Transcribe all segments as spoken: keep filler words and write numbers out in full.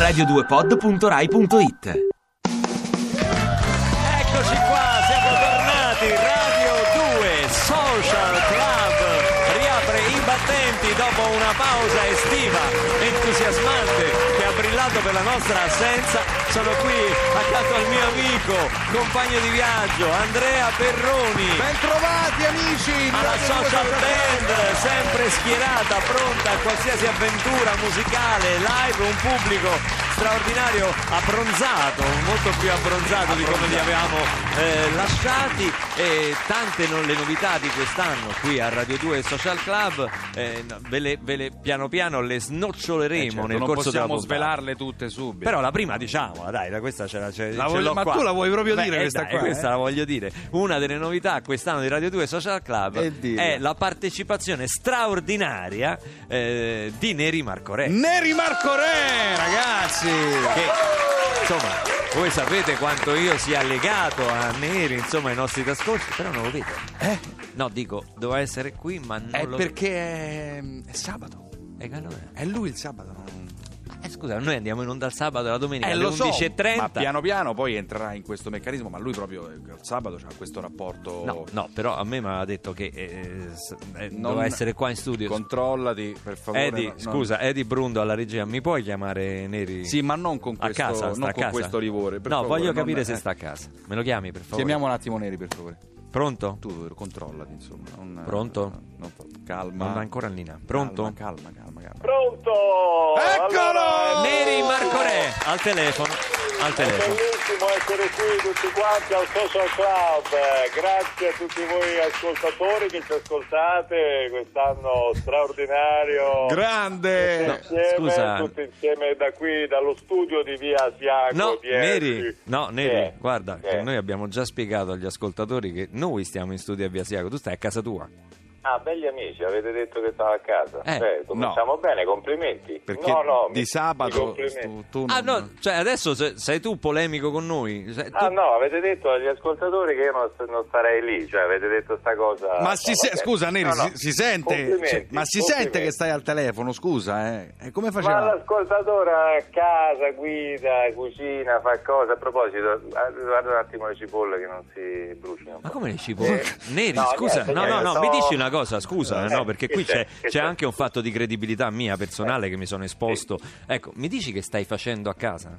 radio due pod punto rai punto it. Eccoci qua, siamo tornati. Radio due Social Club riapre i battenti dopo una pausa estiva entusiasmante che ha brillato per la nostra assenza. Sono qui accanto al mio amico, compagno di viaggio, Andrea Perroni. Bentrovati amici! Alla social band, sempre schierata, pronta a qualsiasi avventura musicale, live, un pubblico straordinario, abbronzato, molto più abbronzato di come li avevamo eh, lasciati, e tante non le novità di quest'anno qui a Radio due Social Club, eh, ve, le, ve le piano piano le snoccioleremo eh certo, nel non corso della possiamo puntata. svelarle tutte subito. Però la prima diciamola, dai, da questa c'era, c'è, la ce voglio, l'ho ma qua. tu la vuoi proprio Beh, dire eh, questa dai, qua? Questa eh? la voglio dire. Una delle novità quest'anno di Radio due Social Club Oddio. è la partecipazione straordinaria eh, di Neri Marco Re. Neri Marco Re, ragazzi! Che, insomma, voi sapete quanto io sia legato a Neri, insomma, ai nostri trascorsi, però non lo vedo. Eh? No, dico, doveva essere qui, ma non È lo perché è, è sabato. E che allora? È lui il sabato. Non... Eh, scusa, noi andiamo in onda il sabato e la domenica Eh, alle lo so, undici e trenta. ma piano piano poi entrerà in questo meccanismo, ma lui proprio eh, il sabato ha questo rapporto. No, no, però a me mi aveva detto che eh, s- eh, Non- doveva essere qua in studio. Controllati, per favore. Eddie, no, no. scusa, Eddie Brundo alla regia, mi puoi chiamare Neri? Sì, ma non con a questo, casa, non sta a con casa? questo livore. per no, favore, voglio non- capire se eh. sta a casa. Me lo chiami, per favore? Chiamiamo un attimo Neri, per favore. Pronto? Tu controllati, insomma. Non, Pronto? non- calma. Non ha ancora in linea. Pronto? Calma, calma, calma. calma. Pronto! Eccolo! Allora, Neri Marco Re, al telefono. Al è telefono. bellissimo essere qui tutti quanti al Social Club. Eh, Grazie a tutti voi ascoltatori che ci ascoltate quest'anno straordinario. Grande! No, Insieme, scusa. tutti insieme da qui, dallo studio di Via Asiago. No, di Erci. Neri, no, Neri, Eh, guarda, che eh. noi abbiamo già spiegato agli ascoltatori che noi stiamo in studio a Via Asiago, tu stai a casa tua. Ah, belli amici, avete detto che stavo a casa. Eh, Beh, cominciamo bene, complimenti. Perché no, no, di mi- sabato mi complimenti. tu, tu Ah non... no, cioè adesso se- sei tu polemico con noi. Cioè, tu- Ah no, avete detto agli ascoltatori che io non, non starei lì, cioè avete detto sta cosa. Ma si no, se- vabbè. scusa Neri, No, no. si, si sente, Complimenti, cioè, ma si complimenti. sente che stai al telefono, scusa, eh? E come Ma faceva? l'ascoltatore a casa, guida, cucina, fa cose. A proposito, guarda un attimo le cipolle che non si bruciano. Ma come le cipolle? Eh, Neri, no, scusa, niente, no, no, niente, no, sto- mi dici una cosa, scusa, Eh, no, perché che qui c'è, c'è? Che c'è c'è? anche un fatto di credibilità mia personale che mi sono esposto. Ecco, mi dici che stai facendo a casa?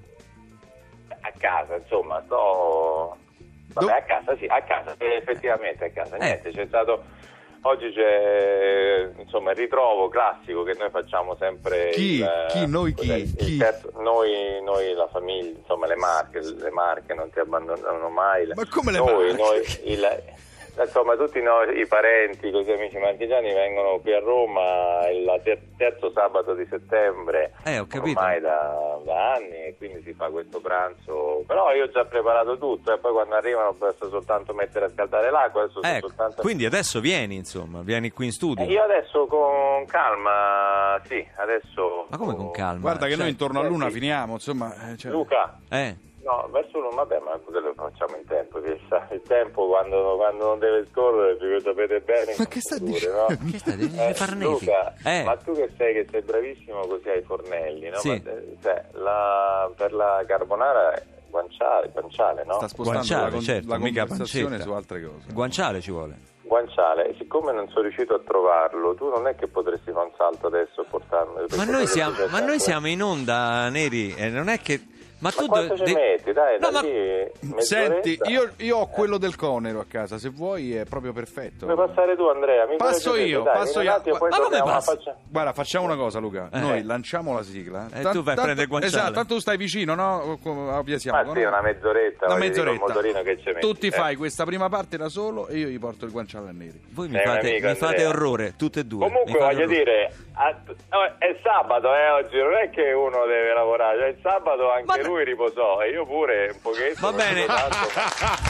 A casa, insomma, sto. Vabbè, Do- a casa, sì, a casa, eh, effettivamente a casa. Eh. Niente, c'è stato. Oggi c'è insomma il ritrovo classico che noi facciamo sempre. Chi? il- Chi? Noi cos'è, chi? il Chi? terzo- noi, noi, la famiglia, insomma, le marche, le marche non ti abbandonano mai. Ma come le noi, marche? Noi, il, insomma, tutti noi, i parenti, così amici marchigiani vengono qui a Roma il ter- terzo sabato di settembre. Eh, ho capito. Ormai da, da anni, e quindi si fa questo pranzo. Però io ho già preparato tutto e poi quando arrivano basta soltanto mettere a scaldare l'acqua. Adesso sono Ecco, soltanto... quindi adesso vieni, insomma, vieni qui in studio. Eh, Io adesso con calma, sì, adesso... Ma come con calma? Guarda che Cioè, noi intorno a l'una sì. finiamo, insomma. eh, cioè- Luca, Eh, no, verso l'uno, vabbè, ma quello lo facciamo in tempo, che sa- il tempo quando, quando non deve scorrere, vi sapete bene. Ma che sta pure, dicendo? no? che stai dicendo? Eh, Le farnefi? Luca, Eh, ma tu che sei che sei bravissimo così ai fornelli, no? Sì. Ma, eh, cioè, la, per la carbonara è guanciale, guanciale, no? Sta spostando Guanciale, la, con- certo, la mica conversazione pancetta. su altre cose. guanciale ci vuole. Guanciale, siccome non sono riuscito a trovarlo, tu non è che potresti fare un salto adesso e portarmelo? Ma noi siamo, ma noi siamo in onda, Neri, e non è che... Ma Ma tu quanto dove- ci de- metti? Dai, No, da ma- lì, Senti, mezz'oretta. io, io ho quello del Conero a casa, se vuoi è proprio perfetto. Puoi passare tu, Andrea? Mi Passo piace io, dai, passo vieni un io. attimo, poi Ma come torniamo a passi? faccia- Guarda, facciamo una cosa, Luca. Eh. Noi lanciamo la sigla. E tu vai a prendere il guanciale. Esatto, tanto tu stai vicino, no? A Via Asiago, Ma sì, no? una mezz'oretta. Una voglio dire, mezz'oretta. un motorino che ci metti. Tu ti eh. fai questa prima parte da solo e io gli porto il guanciale a Neri. Voi mi Sei un fate, amico, mi fate Andrea. orrore, tutte e due. Comunque Mi fate voglio orrore. dire, a- oh, è sabato eh, oggi, non è che uno deve lavorare, cioè, il sabato anche Vabbè. lui riposò e io pure un pochetto. Va bene. non tanto, ma-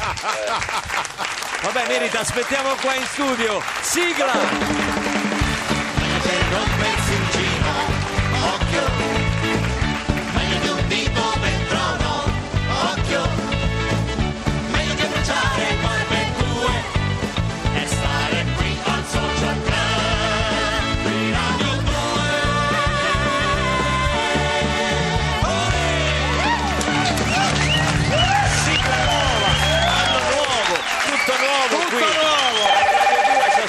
Vabbè, Neri, ti aspettiamo qua in studio. Sigla! Per rompersi in giro, occhio, meglio di un dito per trono, occhio, meglio che bruciare barbecue e stare qui al Social Club di Radio due.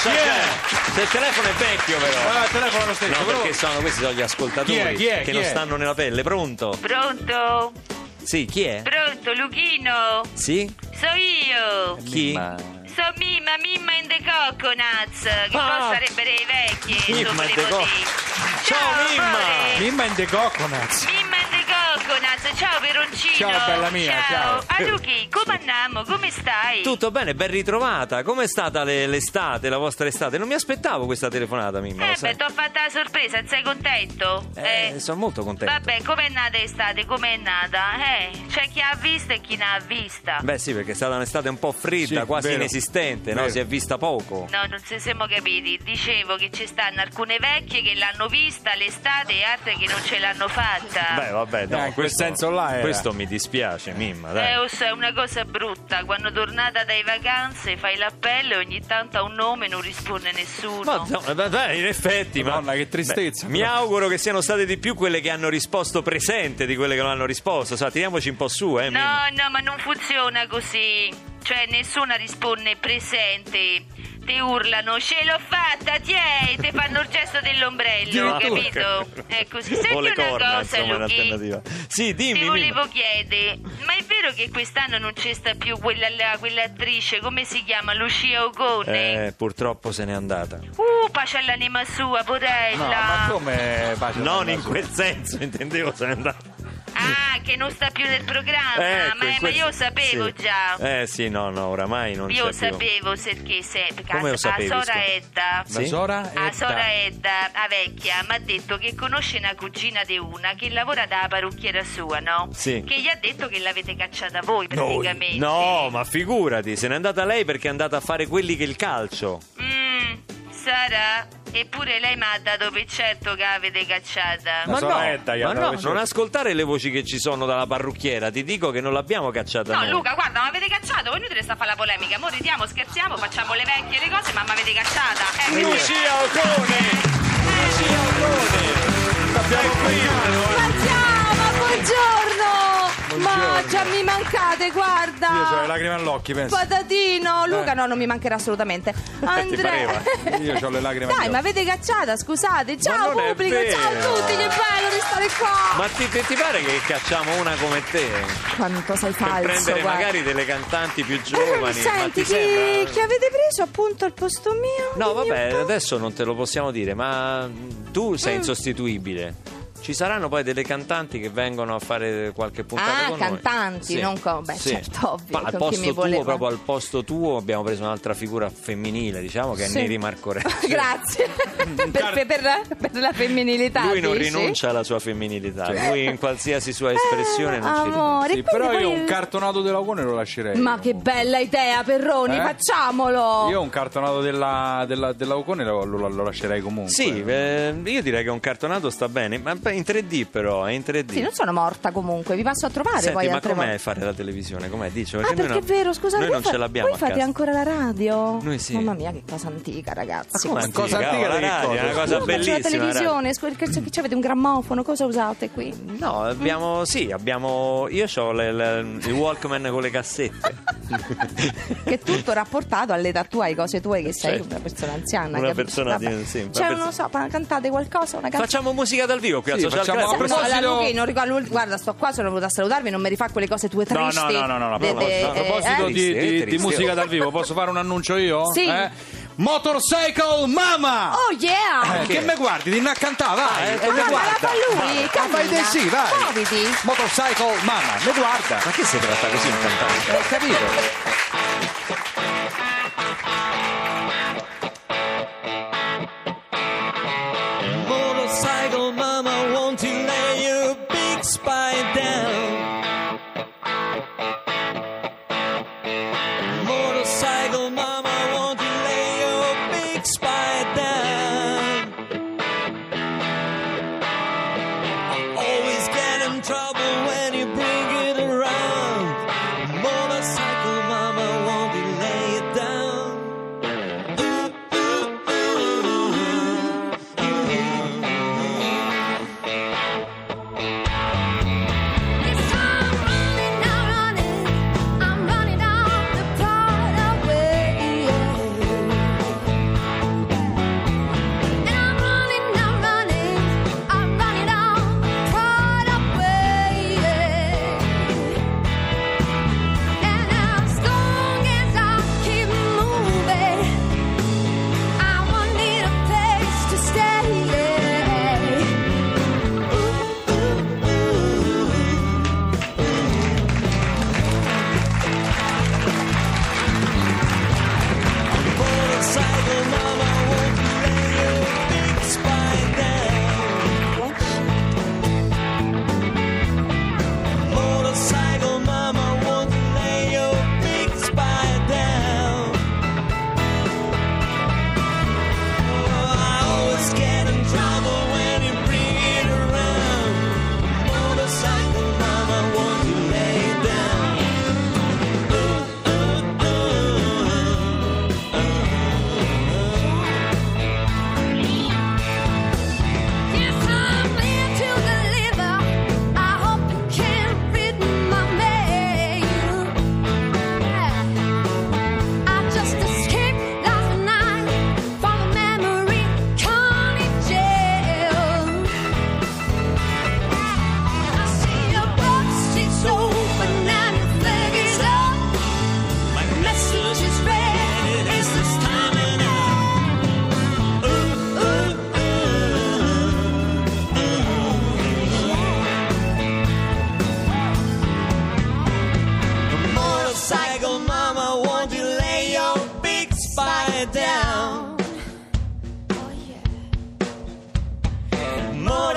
c'è, Chi è? c'è. Se il telefono è vecchio però. Ah, il telefono è lo stesso. No, però- perché sono, questi sono gli ascoltatori Chi è? Chi è? che Chi non è? stanno nella pelle. Pronto? Pronto? Sì, chi è? Pronto, Luchino? Sì? So io. Chi? So Mimma, Mimma and the Coconuts, che Ah. poi sarebbero i vecchi, Mimma and the volevo Co- dire. Ciao, Mimma! amore. Mimma and the Coconuts. Mimma and the Coconuts, ciao Peroncino. Ciao, bella mia, ciao. Ah, Luchi, come andiamo? Come stai? Tutto bene, ben ritrovata. Com'è stata le- l'estate, la vostra estate? Non mi aspettavo questa telefonata, Mimma. lo Eh sai? beh, t'ho fatta la sorpresa, sei contento? Eh, sono molto contento. Vabbè, com'è nata l'estate? Com'è nata? Eh, c'è chi ha vista e chi non ha vista. Beh sì, perché è stata un'estate un po' fredda, Sì, quasi vero. inesistente, no? Vero. Si è vista poco. No, non ci siamo capiti. Dicevo che ci stanno alcune vecchie che l'hanno vista l'estate e altre che non ce l'hanno fatta. Beh, vabbè, no, Eh, in quel senso là era. questo mi dispiace, Mimma, dai. Eh, ossa, è una cosa brutta. Quando tornata dai vacanze fai l'appello e ogni tanto a un nome non risponde nessuno. Ma no, beh, beh, in effetti, ma- Madonna, che tristezza. Beh, mi auguro che siano state di più quelle che hanno risposto presente di quelle che non hanno risposto. Sa, tiriamoci un po' su, eh, Mimma. No, no, ma non funziona così. Cioè, nessuna risponde presente. Ti urlano, ce l'ho fatta, tiè, ti fanno il gesto dell'ombrello, No, capito? È così. Senti o le una corna, cosa, insomma, Luchi. un'alternativa. Sì, dimmi, Ti Mimma. volevo chiedere, ma è vero che quest'anno non c'è sta più quella là, quell'attrice, come si chiama? Lucia Ogone? Eh, purtroppo se n'è andata. Uh, pace all'anima sua, porella. No, ma come pace Non alla in sua? quel senso, intendevo se n'è andata. Ah, che non sta più nel programma, Ecco, ma, in ma quel- io sapevo sì. già. Eh sì, no, no, oramai non Io c'è più. sapevo perché sempre. Come lo sapevi, A Sora scusa? Edda. Sì? La Sora A Edda. Sora Edda, la vecchia, mi ha detto che conosce una cugina di una che lavora da parrucchiera sua, no? Sì. Che gli ha detto che l'avete cacciata voi praticamente. No, ma figurati, se n'è andata lei perché è andata a fare quelli che il calcio. Mm, sarà. Eppure lei mi ha dato per certo che l'avete cacciata. La Ma Sora no, Edda, gli ma ha dato no, per certo. non ascoltare le voci che ci sono dalla parrucchiera, ti dico che non l'abbiamo cacciata No, noi. Luca, guarda, mi avete cacciato, voi inutile sta a fare la polemica. Mo ridiamo, scherziamo, facciamo le vecchie le cose, ma mi avete cacciata. Eh, quindi- Lucia Ocone! Lucia Ocone! L'abbiamo qui! Ma ciao, ma buongiorno! Ma già mi mancate, guarda! Io ho le lacrime all'occhi, penso. Patatino, Luca, Eh. no, non mi mancherà assolutamente. Andrea, Io ho le lacrime dai, agli ma occhi. avete cacciata, scusate. Ciao non è pubblico, vero. ciao a tutti, che bello di stare qua! Ma ti, ti pare che cacciamo una come te? Quanto sei Per falso, prendere guarda. magari delle cantanti più Eh, giovani? ma Senti, ti chi, sembra? chi avete preso appunto al posto mio? No, Dimmi vabbè, un po'. adesso non te lo possiamo dire, ma tu Mm. sei insostituibile. Ci saranno poi delle cantanti che vengono a fare qualche puntata Ah, con cantanti, noi. non co- beh, certo, ovvio, Ma al con chi posto mi tuo, voleva. proprio al posto tuo, abbiamo preso un'altra figura femminile, diciamo, che è Sì. Neri Marcorelli. Grazie per, per- per- per la femminilità. Lui non dici? rinuncia alla sua femminilità, lui in qualsiasi sua espressione Eh, non ci rinuncia. amore, Sì, quindi però io poi- un cartonato dell'Augone lo lascerei. Ma che bella idea, Perroni, Eh? facciamolo! Io un cartonato della, della, dell'Augone lo, lo- lo lascerei comunque. Sì, eh, io direi che un cartonato sta bene, ma in tre D però, è in tre D. Sì, non sono morta comunque, vi passo a trovare Senti, poi ma altre com'è volte. fare la televisione? Com'è? Dice, Ah, noi perché non- è vero, scusate, Noi voi non fa- ce l'abbiamo voi a fate casa. ancora la radio? Noi sì. Mamma mia, che cosa antica, ragazzi. Come Cosa- cosa antica? antica La di che radio, cosa? è una cosa No, faccio la bellissima. la radio. televisione, scu- che, che avete un grammofono, cosa usate qui? No, abbiamo, sì, abbiamo, io ho il Walkman con le cassette. Che è tutto rapportato all'età tua, alle cose tue, che sei Certo. una persona anziana. Una capisci? persona Vabbè. di- sì, una Cioè, persona- non so, pa- cantate qualcosa, una canzone. Facciamo musica dal vivo qui al Sì, Social facciamo- Club. a No, proposito- la Luchi, non ricordo, guarda, sto qua, sono venuta a salutarvi, non mi rifà quelle cose tue No, tristi. no, no, no, no, no, De- no, de- no. A eh, proposito eh? di, di- Tristi, di tristi. musica dal vivo, posso fare un annuncio io? Sì. Eh? Motorcycle Mama! Oh yeah! Eh, che me guardi? Di a cantare, vai! eh, e Ma me guarda, la guarda! fa lui, Ma fai cammina. del sì, vai! Muoviti. Motorcycle Mama, me guarda! Ma che si tratta così un cantante? Ho capito? Motorcycle mama, won't you lay your big spine down? Motorcycle mama, won't you lay your big spine down? I always get in trouble when you bring it around. Motorcycle mama, won't you lay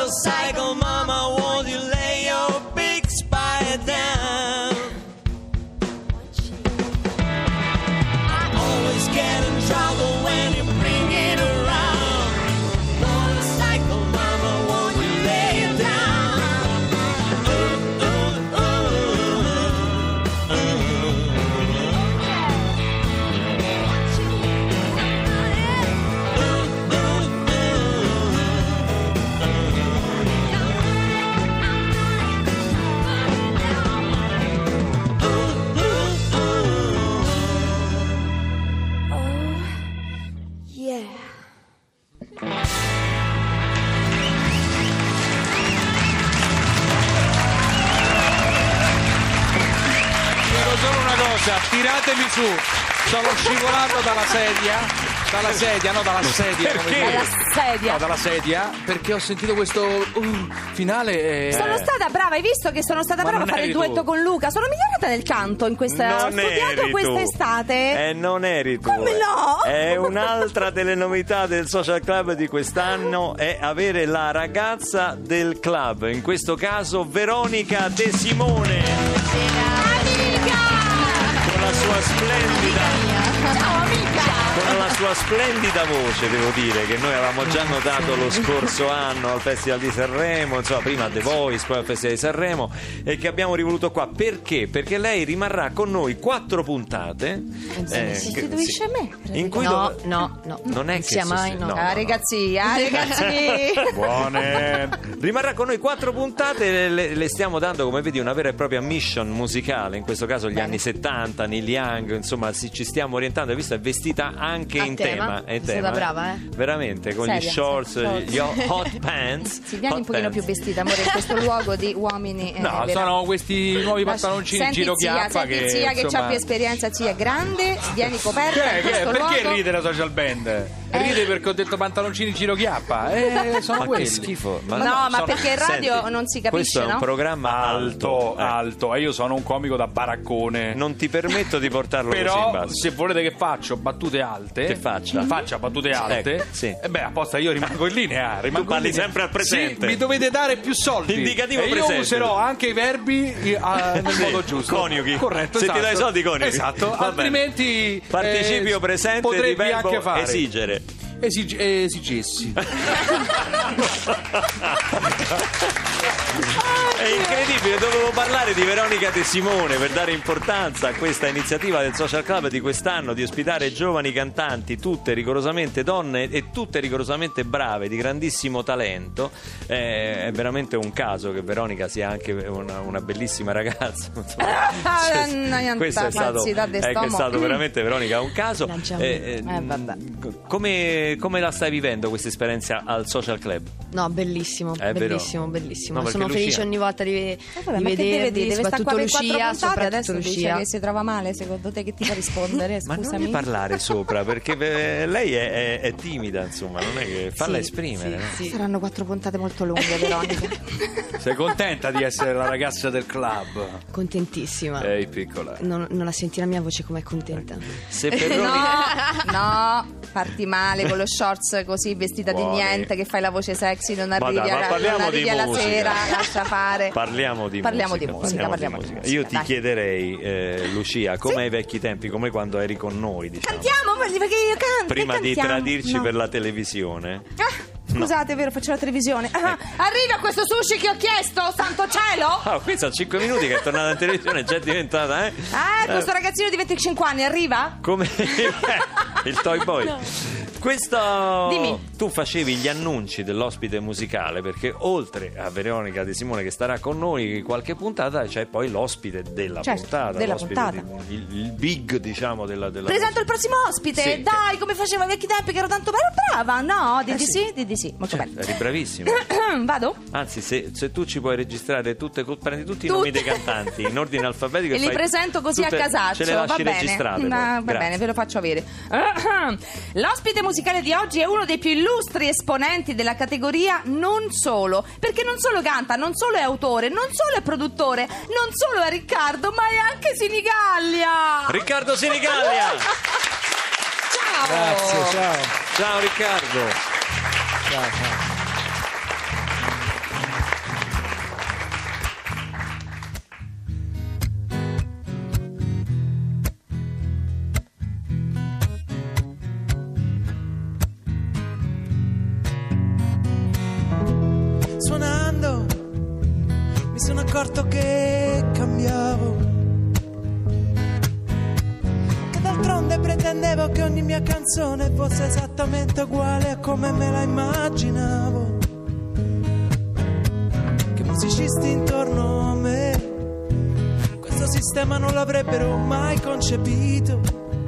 Motorcycle mama, won't you lay your big spire down? I always get in trouble when you bring it around. Motorcycle mama, won't you lay it down? Ooh, ooh, ooh, Dico solo una cosa, tiratemi su. Sono scivolato dalla sedia, dalla sedia, no dalla sedia. come Perché? dire. Dalla sedia. No, dalla sedia, perché ho sentito questo uh, finale. eh, Sono stata brava, hai visto che sono stata Ma brava a non fare il eri duetto tu. con Luca. Sono migliorata nel canto in questa. Ho Non studiato eri quest'estate. Eh, non eri tu. Come no? È un'altra delle novità del Social Club di quest'anno, è avere la ragazza del club, in questo caso Veronica De Simone, con la sua splendida Ciao amica. con la sua splendida voce, devo dire, che noi avevamo già notato lo scorso anno al Festival di Sanremo, insomma prima a The Voice, poi al Festival di Sanremo, e che abbiamo rivoluto qua. Perché? Perché lei rimarrà con noi quattro puntate. eh, Si che- sostituisce a me. in cui No, dove- no, no. Non è che sia mai, sostitu- no. Ah, ragazzi, ah, ragazzi. Buone. Rimarrà con noi quattro puntate, le, le stiamo dando, come vedi, una vera e propria mission musicale, in questo caso gli anni settanta, Neil Young, insomma si- ci stiamo orientando, hai visto, è vestita anche A in tema. tema, è in Sei tema, stata brava, eh? veramente, con Seria, gli shorts, seria. gli hot pants. Sì, vieni hot un pochino pants. più vestita, amore, in questo luogo di uomini. eh, No, vera- sono questi nuovi Lascia- pantaloncini senti giro zia, chiappa senti che zia che insomma... ha più esperienza, zia è grande, vieni coperta Che- in che- questo perché luogo. ride la social band? Ride perché ho detto pantaloncini giro chiappa? Eh, sono Ma che quelli. schifo. No, ma sono- perché in radio Senti, non si questo capisce, è un no? programma Alto, alto, eh. alto, e io sono un comico da baraccone. Non ti permetto di portarlo così in Però basso. se volete che faccio battute alte, Che faccia? faccia battute alte, Ecco, sì. e beh apposta io rimango in linea, rimango parli in linea. sempre al presente. Sì, mi dovete dare più soldi. Indicativo e io presente. userò anche i verbi eh, nel Sì, modo giusto. coniughi. Corretto, Se ti esatto. dai i soldi, coniughi. Esatto, Va bene. altrimenti Participio eh, presente di potrebbe verbo anche fare. esigere. Esig- esigessi. È incredibile, dovevo parlare di Veronica De Simone per dare importanza a questa iniziativa del Social Club di quest'anno di ospitare giovani cantanti, tutte rigorosamente donne e tutte rigorosamente brave, di grandissimo talento. Eh, è veramente un caso che Veronica sia anche una, una bellissima ragazza. Insomma, Ah, cioè, niente, questo è stato, falsità di eh, che è stomaco. stato veramente, Veronica, un caso. Lanciamo. Eh, eh, Eh, vabbè. come, come la stai vivendo questa esperienza al Social Club? No, bellissimo, È vero? bellissimo, bellissimo. No, perché Sono Lucia- felice ogni volta di, Eh, vabbè, di ma che deve vedervi, dire? Deve stare qua soprattutto per quattro Lucia, puntate, adesso soprattutto dice Lucia. che si trova male, secondo te che ti fa rispondere? Ma non Scusami. ne parlare sopra, perché eh, lei è, è- è timida, insomma, non è che falla Sì, esprimere. no? sì, sì. Saranno quattro puntate molto lunghe, Veronica. Sei contenta di essere la ragazza del club? Contentissima. Ehi piccola. Non, non la senti la mia voce com'è contenta. Se per No, Veronica- no, parti male con lo shorts così vestita di Buoni. niente, che fai la voce sexy, non arrivi, dai, ma alla, parliamo non arrivi di alla musica. sera, lascia fare. Parliamo di Parliamo musica. di musica, parliamo di musica, Io ti dai. chiederei, eh, Lucia, come ai vecchi tempi, come quando eri con noi, diciamo, Cantiamo, perché io canto. prima che di cantiamo? tradirci No. per la televisione. Ah, scusate, è vero, faccio la televisione. Ah, arriva questo sushi che ho chiesto, santo cielo! Ah, qui sono cinque minuti che è tornata in televisione, è già diventata, eh? Ah, questo ragazzino di venticinque anni arriva? Come il Toy Boy. Questo Dimmi. tu facevi gli annunci dell'ospite musicale, perché oltre a Veronica De Simone che starà con noi qualche puntata, c'è poi l'ospite della Certo, puntata, della l'ospite puntata. di- il, il big, diciamo, della, della Presento il prossimo ospite, Sì, dai, come facevo ai vecchi tempi che ero tanto bella, brava, no? Di Eh di sì. sì, di di sì, molto Cioè, bene. eri bravissima. Vado? Anzi, se, se tu ci puoi registrare tutte, prendi tutti i Tutte. nomi dei cantanti in ordine alfabetico E li fai presento così tutte- a casaccio, ce le va lasci bene. registrate poi. Ma, va Grazie. bene, ve lo faccio avere. L'ospite musicale di oggi è uno dei più illustri esponenti della categoria non solo, perché non solo canta, non solo è autore, non solo è produttore, non solo è Riccardo, ma è anche Sinigallia. Riccardo Sinigallia. Ciao. Grazie, ciao. Ciao Riccardo. Ciao, ciao. suonando mi sono accorto che cambiavo, che d'altronde pretendevo che ogni mia canzone fosse esattamente uguale a come me la immaginavo, che musicisti intorno a me questo sistema non l'avrebbero mai concepito,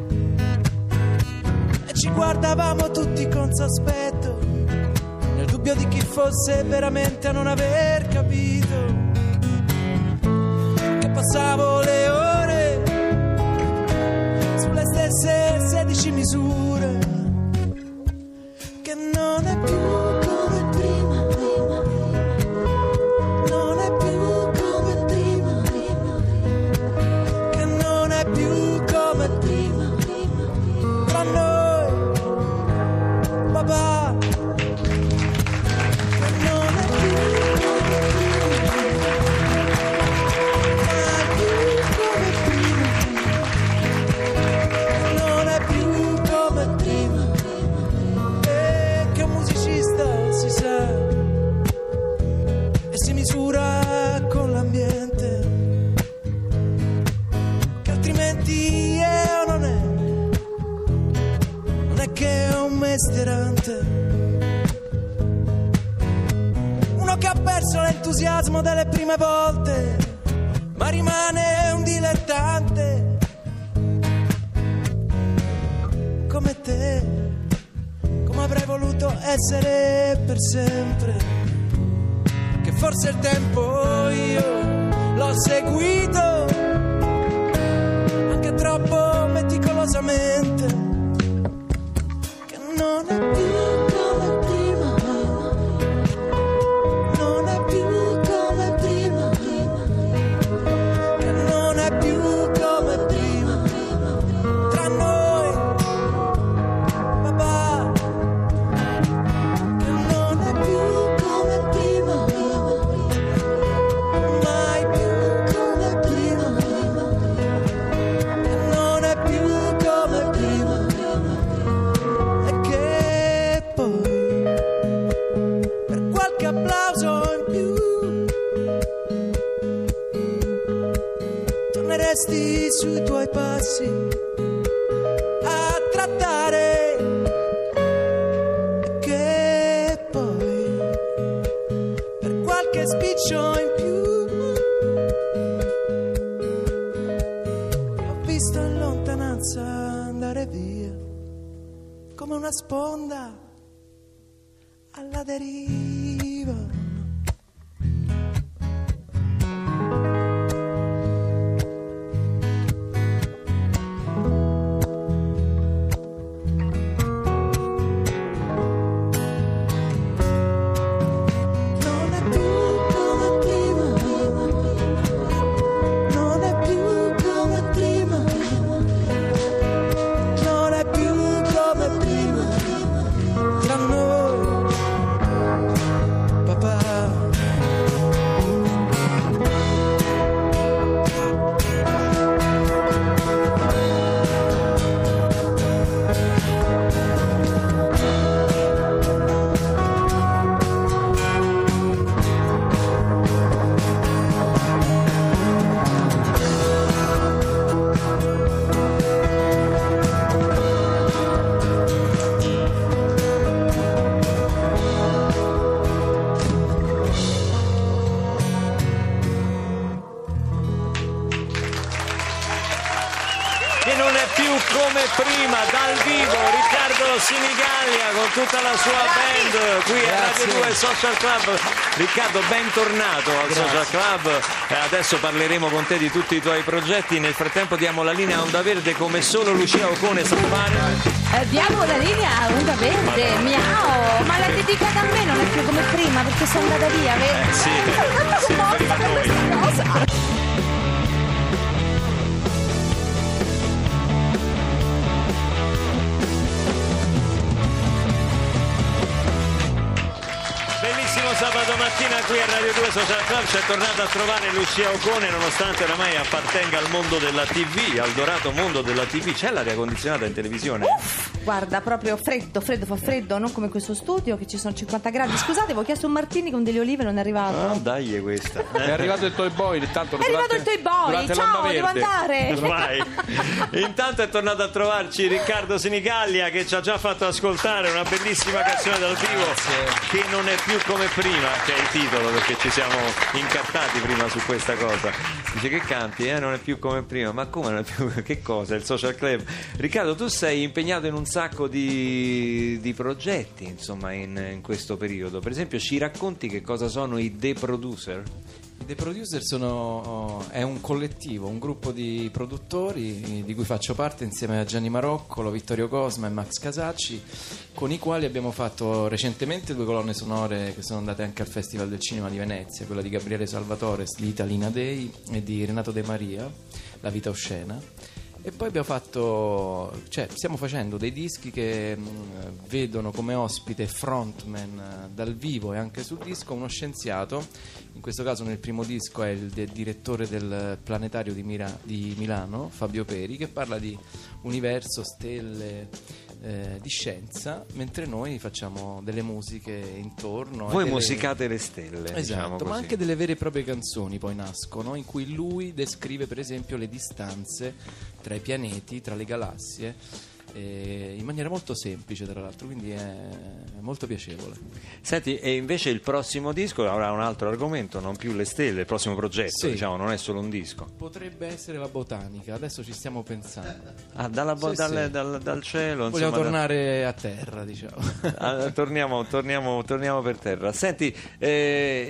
e ci guardavamo tutti con sospetto, nel dubbio di chi fosse veramente a non aver capito che passavo le ore sulle stesse sedici misure, che non è più come prima, non è più come prima, che non è più come prima, tra noi, papà. Con l'ambiente, che altrimenti è o non è, non è che è un mestierante, uno che ha perso l'entusiasmo delle prime volte, ma rimane un dilettante, come te, come avrei voluto essere per sempre. Forse il tempo io l'ho seguito anche troppo meticolosamente, che non è più come prima, non è più come prima, che non è più come prima, tra noi, papà, che non è più come prima. Sui tuoi passi a trattare, e che poi per qualche spiccio in più ho visto in lontananza andare via come una sponda alla deriva. Come prima, dal vivo, Riccardo Sinigallia con tutta la sua band qui a Radio due Social Club. Riccardo, bentornato al Grazie. Social Club. Eh, adesso parleremo con te di tutti i tuoi progetti. Nel frattempo diamo la linea a Onda Verde come solo Lucia Ocone sa fare. Eh, diamo la linea a Onda Verde, miau, ma la dedicata a me non è più come prima perché sono andata via, vedi? Eh, sì, sono tanto sì, commossa prima per noi. questa cosa. Sabato mattina qui a Radio due Social Club c'è tornata a trovare Lucia Ocone, nonostante oramai appartenga al mondo della tivù, al dorato mondo della tivù. C'è l'aria condizionata in televisione? Uff, guarda, proprio freddo, freddo, fa freddo, non come questo studio che ci sono cinquanta gradi. Scusate, avevo chiesto un martini con delle olive, non è arrivato. Ah, dai, questa. È arrivato il Toy Boy, intanto È arrivato il Toy Boy, ciao, devo andare. Vai. Intanto è tornato a trovarci Riccardo Sinigaglia, che ci ha già fatto ascoltare una bellissima canzone dal vivo che non è più come prima, che è il titolo, perché ci siamo incartati prima su questa cosa. Dice che canti, eh, non è più come prima. Ma come non è più? Che cosa? Il Social Club. Riccardo, tu sei impegnato in un sacco di, di progetti, insomma, in, in questo periodo. Per esempio, ci racconti che cosa sono i The Producer? I The Producer sono, è un collettivo, un gruppo di produttori di cui faccio parte insieme a Gianni Maroccolo, Vittorio Cosma e Max Casacci, con i quali abbiamo fatto recentemente due colonne sonore che sono andate anche al Festival del Cinema di Venezia, quella di Gabriele Salvatore di Italina Day e di Renato De Maria, La vita oscena. E poi abbiamo fatto, cioè stiamo facendo dei dischi che mh, vedono come ospite frontman uh, dal vivo e anche sul disco uno scienziato. In questo caso nel primo disco è il de- direttore del planetario di, Mira- di Milano, Fabio Peri, che parla di universo, stelle, eh, di scienza, mentre noi facciamo delle musiche intorno. Voi delle... musicate le stelle, esatto, diciamo così. Ma anche delle vere e proprie canzoni poi nascono, in cui lui descrive per esempio le distanze tra i pianeti, tra le galassie, eh, in maniera molto semplice tra l'altro, quindi è molto piacevole. Senti, e invece il prossimo disco avrà un altro argomento, non più le stelle, il prossimo progetto, Sì. diciamo, non è solo un disco. Potrebbe essere la botanica, adesso ci stiamo pensando. Ah, dalla bo- Sì, dal, sì. Dal, dal cielo, Vogliamo insomma, da- tornare a terra, diciamo. Ah, torniamo, torniamo, torniamo per terra. Senti, eh,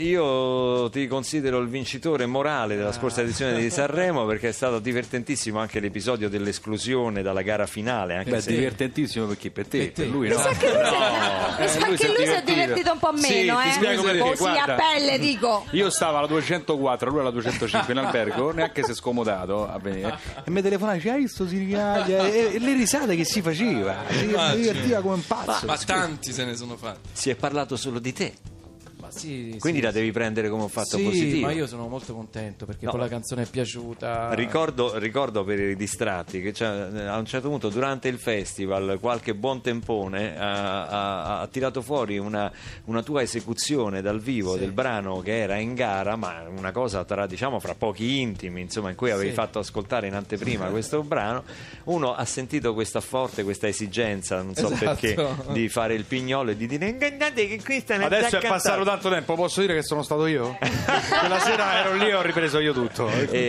io ti considero il vincitore morale della scorsa edizione di Sanremo, perché è stato divertentissimo anche l'episodio dell'esclusione dalla gara finale. Anche Beh, se divertentissimo perché per te, Per te. per lui Mi no. sa che lui, No. mi sa Eh, lui che si è lui si è divertito. divertito un po' meno, Sì, ti eh. spiego perché, Così guarda. a pelle, dico. Io stavo alla duecentoquattro, lui alla duecentocinque in albergo, neanche si è scomodato a venire. E mi telefonava, dice, hai visto Sinigaglia? E, e le risate che si faceva, si divertiva come un pazzo. Ma tanti se ne sono fatti. si è parlato solo di te, Ma sì, quindi sì, la devi prendere come un fatto sì, positivo. ma io sono molto contento perché No. poi la canzone è piaciuta. Ricordo, ricordo per i distratti che c'è- a un certo punto durante il festival qualche buon tempone ha, ha- ha tirato fuori una, una tua esecuzione dal vivo Sì. del brano che era in gara, ma una cosa tra, diciamo, fra pochi intimi, insomma, in cui avevi Sì. fatto ascoltare in anteprima questo brano. Uno ha sentito questa forte, questa esigenza, non so Esatto. perché, di fare il pignolo e di dire guardate che questa è una Adesso già è passato cantata". tanto tempo, posso dire che sono stato io? Quella sera ero lì e ho ripreso io tutto.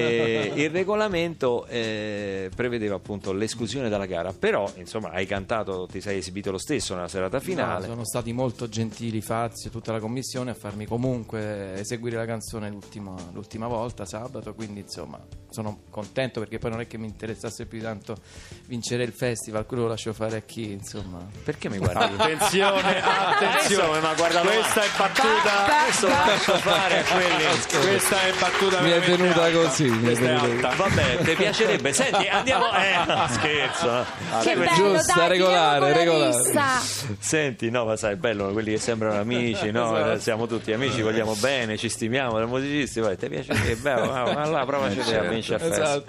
E il regolamento eh, prevedeva appunto l'esclusione dalla gara, però insomma hai cantato, ti sei esibito lo stesso nella serata finale. No, sono stati molto gentili Fazio e tutta la commissione a farmi comunque eseguire la canzone l'ultima, l'ultima volta sabato, quindi insomma sono contento perché poi non è che mi interessasse più tanto vincere il festival, quello lo lascio fare a chi, insomma. Perché mi guardi? Attenzione, Adesso attenzione. mi ha guardato Questa è battuta. Questo lo lascio fare a quelli. Questa è battuta Mi è veramente venuta alta. così, mi è Questa è venuta alta. Vabbè, ti piacerebbe? Senti, andiamo. Eh, no, scherzo. Che bello, Giusta, dai, regolare, finiamo con la regolare. lista. Senti, no, ma sai, è bello quelli che sembrano amici, no? Esatto. Siamo tutti amici, vogliamo bene, ci stimiamo da musicisti. Vai, ti piacerebbe? Allora, provaci te a vincere a festa.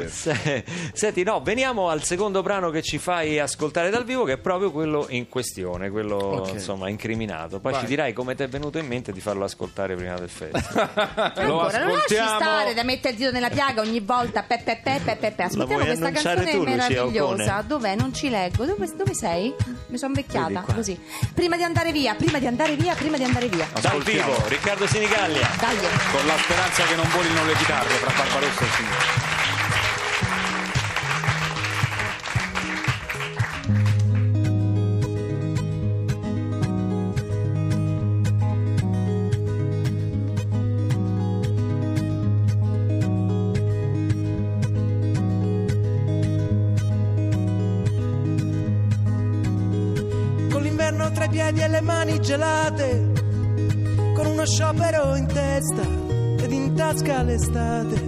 Se- Senti, no, veniamo al secondo brano che ci fai ascoltare dal vivo, che è proprio quello in questione, quello Ok. insomma incriminato. Poi Vai. ci dirai come ti è venuto in mente di farlo ascoltare prima del festival. Lo Ancora, non lasci ascoltiamo. stare da mettere il dito nella piaga ogni volta. Pe, pe, pe, pe, pe, pe. Ascoltiamo vuoi questa annunciare canzone tu, Lucia meravigliosa. Ocone? Dov'è? Non ci leggo. Dove, dove sei? Mi sono Vedi invecchiata qua. così. Prima di andare via, prima di andare via, prima di andare via. Dal vivo, Riccardo Sinigaglia. Dai. Con la speranza che non volino le chitarre fra Barbarossa e Signore. Con l'inverno tra i piedi e le mani gelate, con uno sciopero in testa ed in tasca l'estate,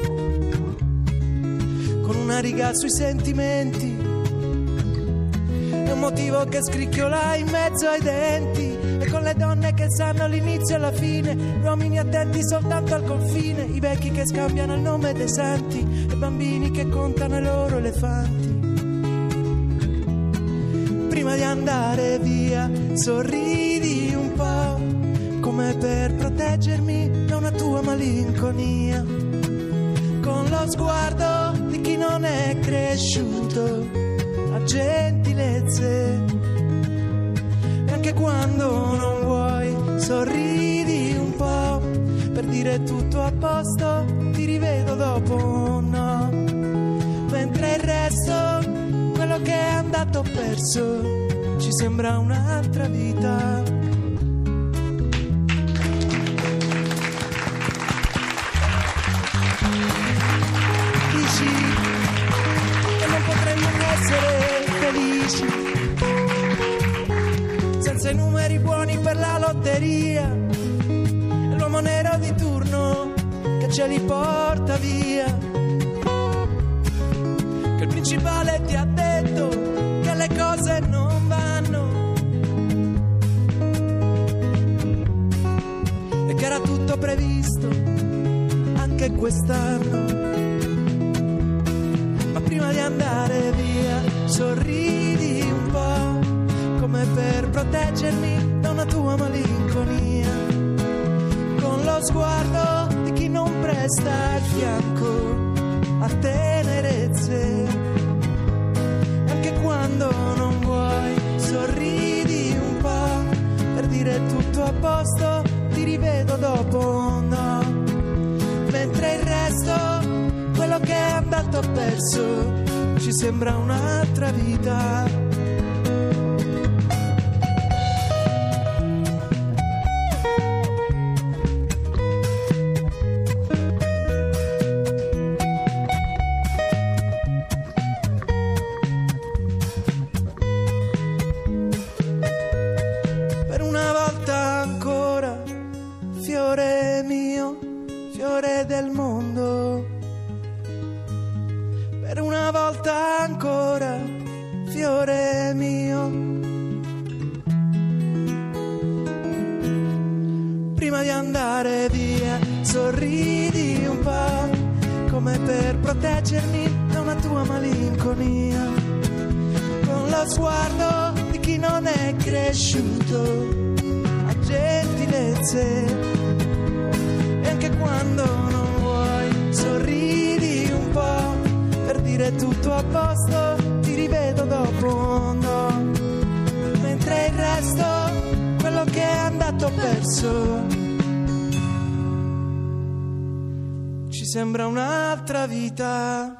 con una riga sui sentimenti e un motivo che scricchiola in mezzo ai denti, e con le donne che sanno l'inizio e la fine, gli uomini attenti soltanto al confine, i vecchi che scambiano il nome dei santi e bambini che contano i loro elefanti. prima di andare via sorridi un po', come per proteggermi da una tua malinconia, con lo sguardo di chi non è cresciuto a gentilezze. E anche quando non vuoi sorridi un po', per dire tutto a posto, ti rivedo dopo, no. Mentre il resto, quello che è andato perso, ci sembra un'altra vita. Dici che non potremmo essere felici senza i numeri buoni per la lotteria e l'uomo nero di turno che ce li porta via. Che il principale ti ha detto che le cose non vanno e che era tutto previsto anche quest'anno. Ma prima di andare via sorridi un po', come per proteggermi da una tua malinconia, con lo sguardo di chi non presta il fianco a tenerezze. E anche quando non vuoi sorridi un po', per dire tutto a posto, ti rivedo dopo, no. Mentre il resto, quello che è andato perso, ci sembra un'altra vita. Fiore mio, fiore del mondo, per una volta ancora, fiore mio. Prima di andare via, sorridi un po', come per proteggermi da una tua malinconia, con lo sguardo di chi non è cresciuto a gentilezze. E anche quando non vuoi sorridi un po', per dire tutto a posto, ti rivedo dopo, no. Mentre il resto, quello che è andato perso, ci sembra un'altra vita.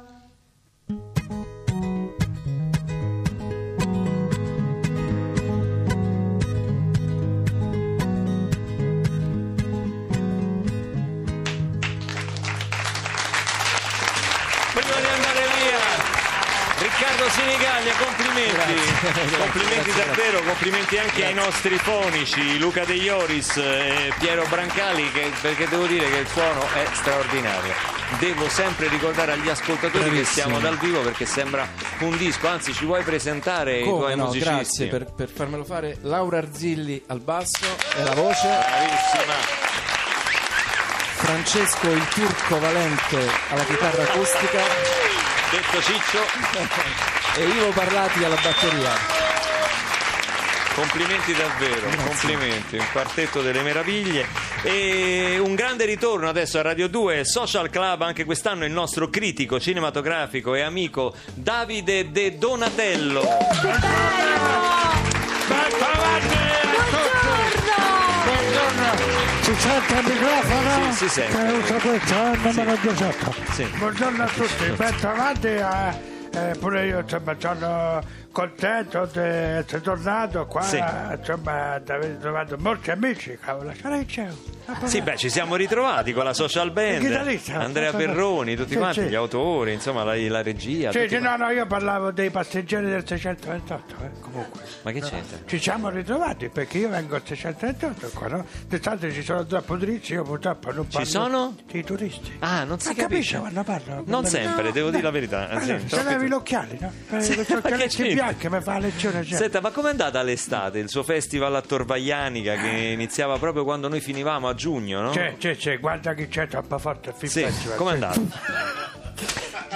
Riccardo Sinigaglia, complimenti. Grazie. Complimenti Grazie. davvero, complimenti anche Grazie. ai nostri fonici, Luca De Ioris e Piero Brancali, che, perché devo dire che il suono è straordinario. Devo sempre ricordare agli ascoltatori Bravissimo. che siamo dal vivo, perché sembra un disco, anzi ci vuoi presentare i Come tuoi no, musicisti? grazie per, per farmelo fare. Laura Arzilli al basso e la voce, Bravissima. Francesco il Turco Valente alla chitarra acustica Detto Ciccio, e Ivo Parlati alla batteria. complimenti davvero, complimenti, un quartetto delle meraviglie e un grande ritorno adesso a Radio due Social Club, anche quest'anno il nostro critico cinematografico e amico Davide De Donatello. Si sente il microfono? Sì, si sente. Che uso questo, eh, numero diciotto. Sì. Buongiorno a tutti, bentornati. Eh, eh, pure io insomma, sono contento di essere tornato qua, Sì. insomma, di aver trovato molti amici, cavolo. Sì, beh, ci siamo ritrovati con la social Il band, chitarrista. Andrea Perroni, tutti Sì, quanti, sì. gli autori, insomma, la, la regia. Sì, tutti sì, no, quanti. no, io parlavo dei passeggeri del seicentoventotto, eh, comunque. Ma che c'entra? Ci siamo ritrovati perché io vengo al seicentoventotto qua, no? D'estate ci sono troppo turisti, io purtroppo non parlo. Ci sono? Sì, turisti. Ah, non si Ma capisce. capisce quando parlo? Non Quando- sempre, devo dire la verità. Ma Anzi, no, se troppi levi tu- gli occhiali, no? Eh, Sì, questi ma che occhialetti c'entra? bianchi mi fa la lezione. Cioè. Senta, ma com'è andata l'estate? Il suo festival a Torvaianica che iniziava proprio quando noi finivamo a giugno, no? C'è, c'è, c'è, guarda chi c'è troppo forte il film Sì, festival. com'è C'è. andato?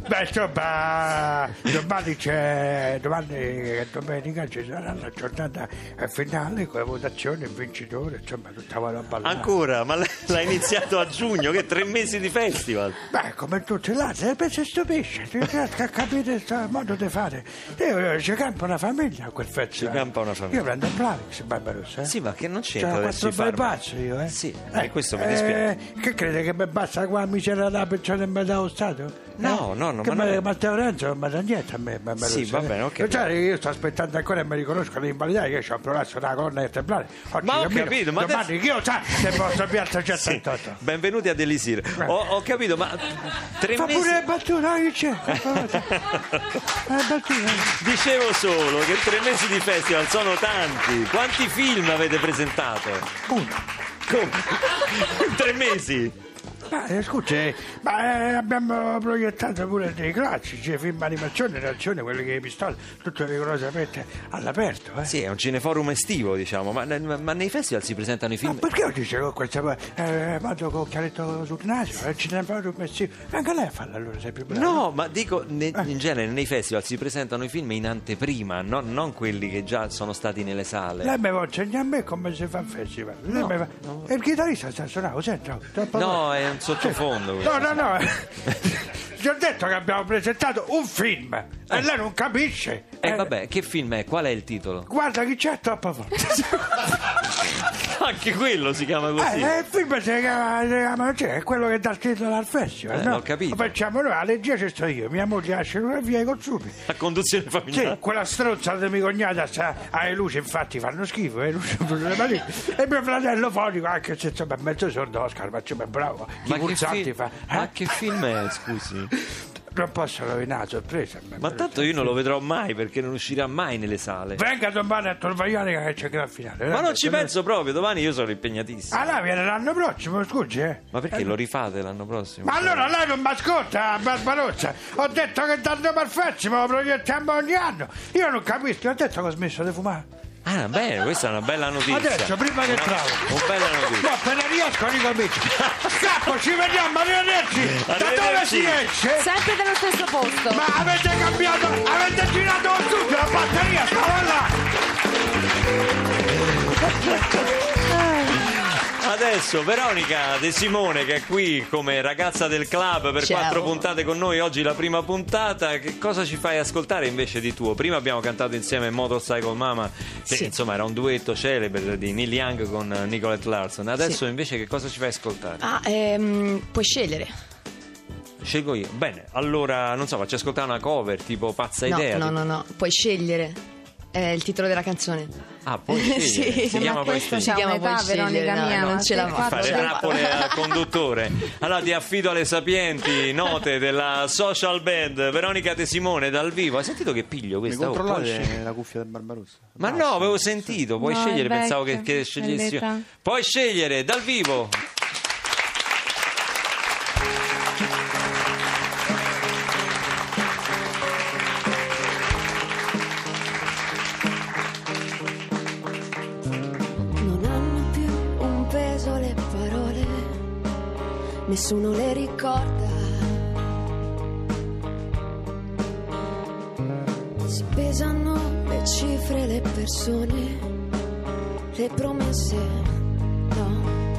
Beh, insomma, domani c'è, domani e domenica ci sarà la giornata finale con le votazioni, il vincitore, insomma, tutta la roba là. Ancora? Ma l- l'ha iniziato a giugno, che tre mesi di festival. Beh, come tutti gli altri, sempre si stupisce, ti riesco a capire questo modo di fare. Io ci campa una famiglia a quel festival. Ci campa una famiglia. Io prendo il Plavix, Barbarossa. Eh? Sì, ma che non c'entra C'ho adesso quattro i bei farmaci? pazzi io, eh? Sì, Eh, eh, questo mi dispiace. eh, che crede che mi basta qua mi c'era la persona in metà allo Stato? No, Eh? no, no, Che ma non me- è- Matteo Renzo non mi dà niente a me. Barbarossa, Sì, va eh. bene, ho capito. Cioè, io sto aspettando ancora e mi riconoscono l'invalidità, che ho provato una colonna vertebrale. Oggi Ma ho cammino, capito, ma domani adesso- che io sa se posso piazza Sì. centottantotto. Benvenuti a Delisir. Ho, ho capito, ma tre Fa mesi... pure le battute, che c'è? Eh, battute. Dicevo solo che tre mesi di festival sono tanti. Quanti film avete presentato? Uno. Come? In tre mesi? Ma eh, scusi, eh, ma eh, abbiamo proiettato pure dei classici, film animazione, reazione, quelli che pistole, tutto rigorosamente all'aperto. Eh. Sì, è un cineforum estivo, diciamo, ma, ma nei festival si presentano i Ma film... perché oggi c'è con questa eh, modo con chiaretto sul naso, il cineforum estivo? Venga lei a farlo allora, sei più bravo. No, ma dico, ne- in genere nei festival si presentano i film in anteprima, no- non quelli che già sono stati nelle sale. Lei mi vuole insegnare a me come si fa il festival. Lei No, mi fa... no. E il chitarrista sta suonando, senta. troppo No, forte. è un sottofondo questo. No, no, no. Ti ho detto che abbiamo presentato un film e lei non capisce. E Eh, vabbè, che film è? Qual è il titolo? Guarda chi c'è troppo forte. Anche quello si chiama così. Eh, il film si chiama, si chiama cioè, è quello che dà il titolo al festival, Eh, no? l'ho capito. Lo facciamo noi, alla regia ci sto io, mia moglie la scenografia e i costumi. La conduzione familiare. Sì, quella stronza di mia cognata sta alle luci, infatti fanno schifo, le luci sulle mani. E mio fratello fonico, anche se insomma è mezzo sordo, Oscar, ma insomma è bravo. Chi Ma che, pulsanti fi- fa. ma eh? che film è, scusi? Non posso rovinare la sorpresa. Ma tanto io non lo vedrò mai perché non uscirà mai nelle sale. Venga domani a Torvaianica che c'è gran finale. Ma eh? non ci penso proprio, domani io sono impegnatissimo. Ah, là viene l'anno prossimo, scusi, eh? Ma perché lo rifate l'anno prossimo? Ma allora lei non mi ascolta, Barbarozza. Ho detto che tanto per festival lo proiettiamo ogni anno. Io non capisco, ho detto che ho smesso di fumare. Ah, bene, questa è una bella notizia. Adesso, prima che travo. Una bella notizia. Ma appena riesco ricomincio. Scappo, ci vediamo, arrivederci. Da dove Arrivederci. si esce? Sempre dallo stesso posto. Ma avete cambiato, avete girato tutto, la batteria stava là. Adesso Veronica De Simone, che è qui come ragazza del club per Ciao. quattro puntate con noi, oggi la prima puntata. Che cosa ci fai ascoltare invece di tuo? Prima abbiamo cantato insieme Motorcycle Mama, che Sì. insomma era un duetto celebre di Neil Young con Nicolette Larson. Adesso Sì. invece che cosa ci fai ascoltare? Ah, ehm, puoi scegliere. Scelgo io. Bene, allora non so, facci ascoltare una cover tipo Pazza No, Idea. no, tipo- no, no, puoi scegliere. È il titolo della canzone. Ah, puoi scegliere. Sì. Si Ma chiama Puoi questo scegliere. Si c'ha chiama un'età, Puoi scegliere, Veronica no, mia, non ma ce la che fa. faccio Fare di- trappole al conduttore. Allora ti affido alle sapienti note della social band Veronica De Simone dal vivo. Hai sentito che piglio Mi questa? Oh, puoi controllate scegliere. la cuffia del Barbarossa? Ma no, avevo sentito, puoi No, è scegliere, pensavo che, vecchia, che è scegliessi io. l'età. Puoi scegliere dal vivo. Non hanno più un peso le parole, nessuno le ricorda. Si pesano le cifre, le persone, le promesse, no.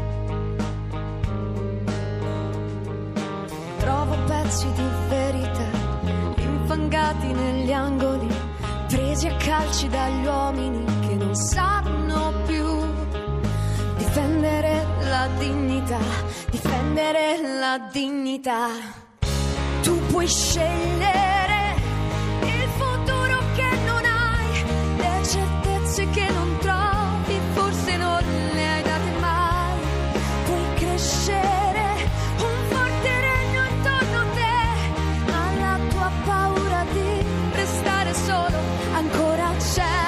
Trovo pezzi di verità infangati negli angoli, presi a calci dagli uomini che non sanno più difendere la dignità, difendere la dignità. Tu puoi scegliere il futuro che non hai, le certezze che non trovi, forse non le hai date mai. Puoi crescere un forte regno intorno a te, ma la tua paura di restare solo ancora c'è.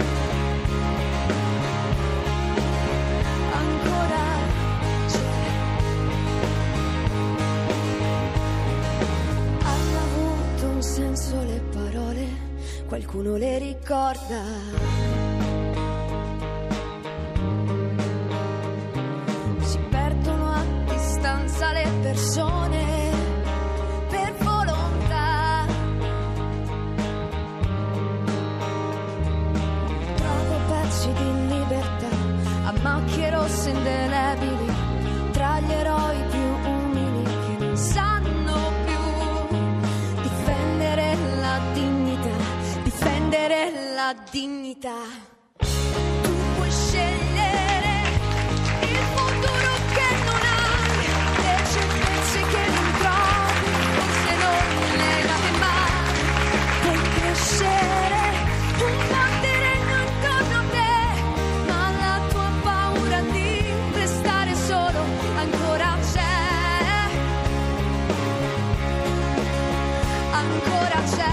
Ancora c'è. Hanno avuto un senso le parole, qualcuno le ricorda. Si perdono a distanza le persone per volontà. a macchie rosse indelebili tra gli eroi più umili che non sanno più difendere la dignità, difendere la dignità. Tu puoi scegliere il futuro che non hai, le certezze che non trovi, forse non le lave mai. Puoi crescere un po' terreno intorno a te, ma la tua paura di restare solo ancora c'è, ancora c'è.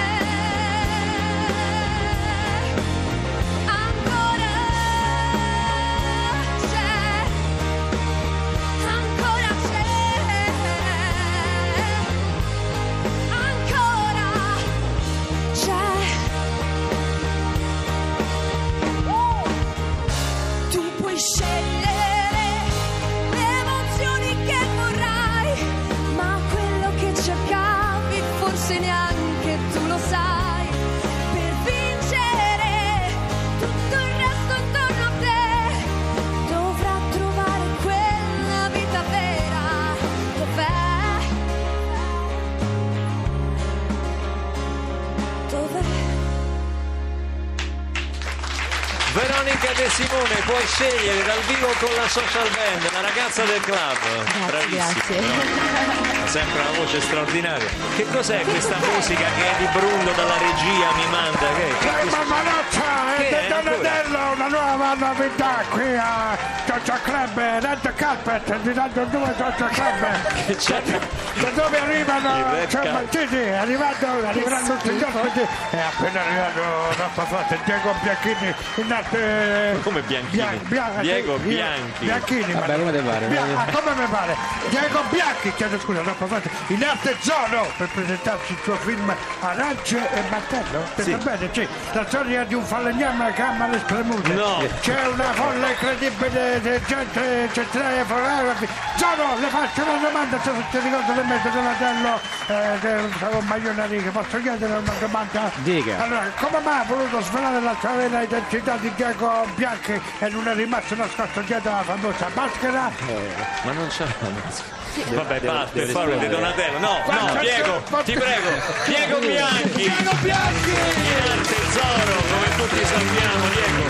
Veronica De Simone, puoi scegliere dal vivo con la social band, la ragazza del club. Bravissima, no? Ha sempre una voce straordinaria. Che cos'è questa musica che Eddie Brungo dalla regia mi manda? Che, che Eh, cosa- mamma Noccia, Che è è del Donatello, una nuova novità qui a Social Club, Red Carpet, di Tanto due Social Club. c'è? Da dove arrivano, Il Red cioè, Carpet. sì, sì, è arrivato, arriveranno tutti gli ospiti. È appena arrivato troppo forte Diego Bianchini in arte. Come Bianchini? Bian- Bian- Diego sì, Bianchi. Bianchini. Vabbè, ma- come te pare? Bia- ah, come mi pare? Diego Bianchi, chiedo scusa, troppo forte, in arte Zono per presentarci il suo film Arance e Martello. Sì. Va bene, sì. La storia di un falegname che ama le spremute. No. C'è una folla incredibile di gente, centinaia di fotografi. Zono, le faccio una domanda, se ti ricordo del mezzo Donatello, eh, del Salon Maionari, che posso chiedere una domanda? Dica. Allora, come mai ha voluto svelare la sua vera identità di Diego Bianchi e non è rimasto nascosto dietro la famosa maschera? Ma non c'è la maschera. Vabbè, basta, per deve favore, rispondere. di Donatello. No, Guarda, no, c'è- Diego, c'è- ti prego. Diego Bianchi. Diego Bianchi! Il tesoro, come tutti sappiamo,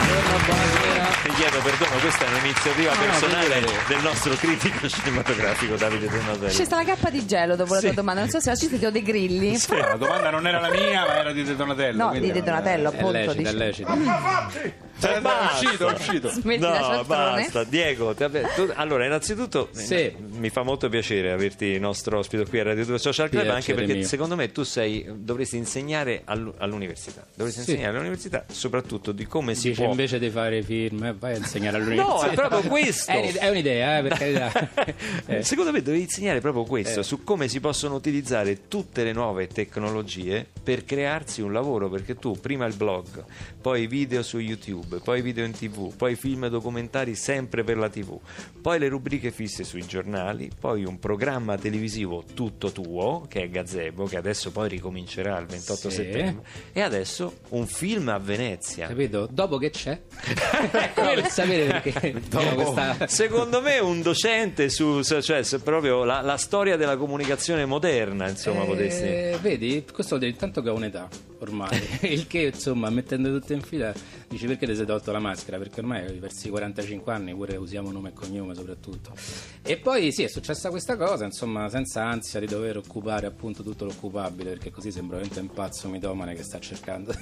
Diego. Ti chiedo perdono, questa è un'iniziativa personale del nostro critico cinematografico Davide Donatello. C'è sta la cappa di gelo dopo la tua domanda, non so se ho sentito dei grilli. Sì, la domanda non era la mia, ma era di De Donatello. No, quindi di De Donatello, appunto. È lecito, dice. è lecito. Eh, È basta. uscito, è uscito. Smetti la No, cialtrone. basta, Diego. ti vabbè, tu- allora, innanzitutto, Sì. eh, mi fa molto piacere averti nostro ospite qui a Radio due Social Club, Piacere anche perché mio. secondo me tu sei, dovresti insegnare all- all'università. Dovresti Sì. insegnare all'università soprattutto di come si Dice può. invece di fare film, eh, vai a insegnare all'università. No, è proprio questo. È un'idea, è un'idea, eh, per carità. Eh. Secondo me devi insegnare proprio questo, Eh. su come si possono utilizzare tutte le nuove tecnologie per crearsi un lavoro, perché tu prima il blog, poi video su YouTube, poi video in tv, poi film e documentari sempre per la tv, poi le rubriche fisse sui giornali, poi un programma televisivo tutto tuo, che è Gazebo, che adesso poi ricomincerà il ventotto Sì. settembre, e adesso un film a Venezia. Capito? Dopo che c'è? Quello per sapere perché abbiamo questa... Secondo me un docente su, cioè se proprio la, la storia della comunicazione moderna, insomma, Eh, potresti. Vedi, questo vuol dire intanto che ho un'età ormai, il che insomma mettendo tutto in fila dici perché ti sei tolto la maschera, perché ormai verso i quarantacinque anni pure usiamo nome e cognome soprattutto. E poi sì, è successa questa cosa, insomma, senza ansia di dover occupare appunto tutto l'occupabile, perché così sembra veramente un pazzo mitomane che sta cercando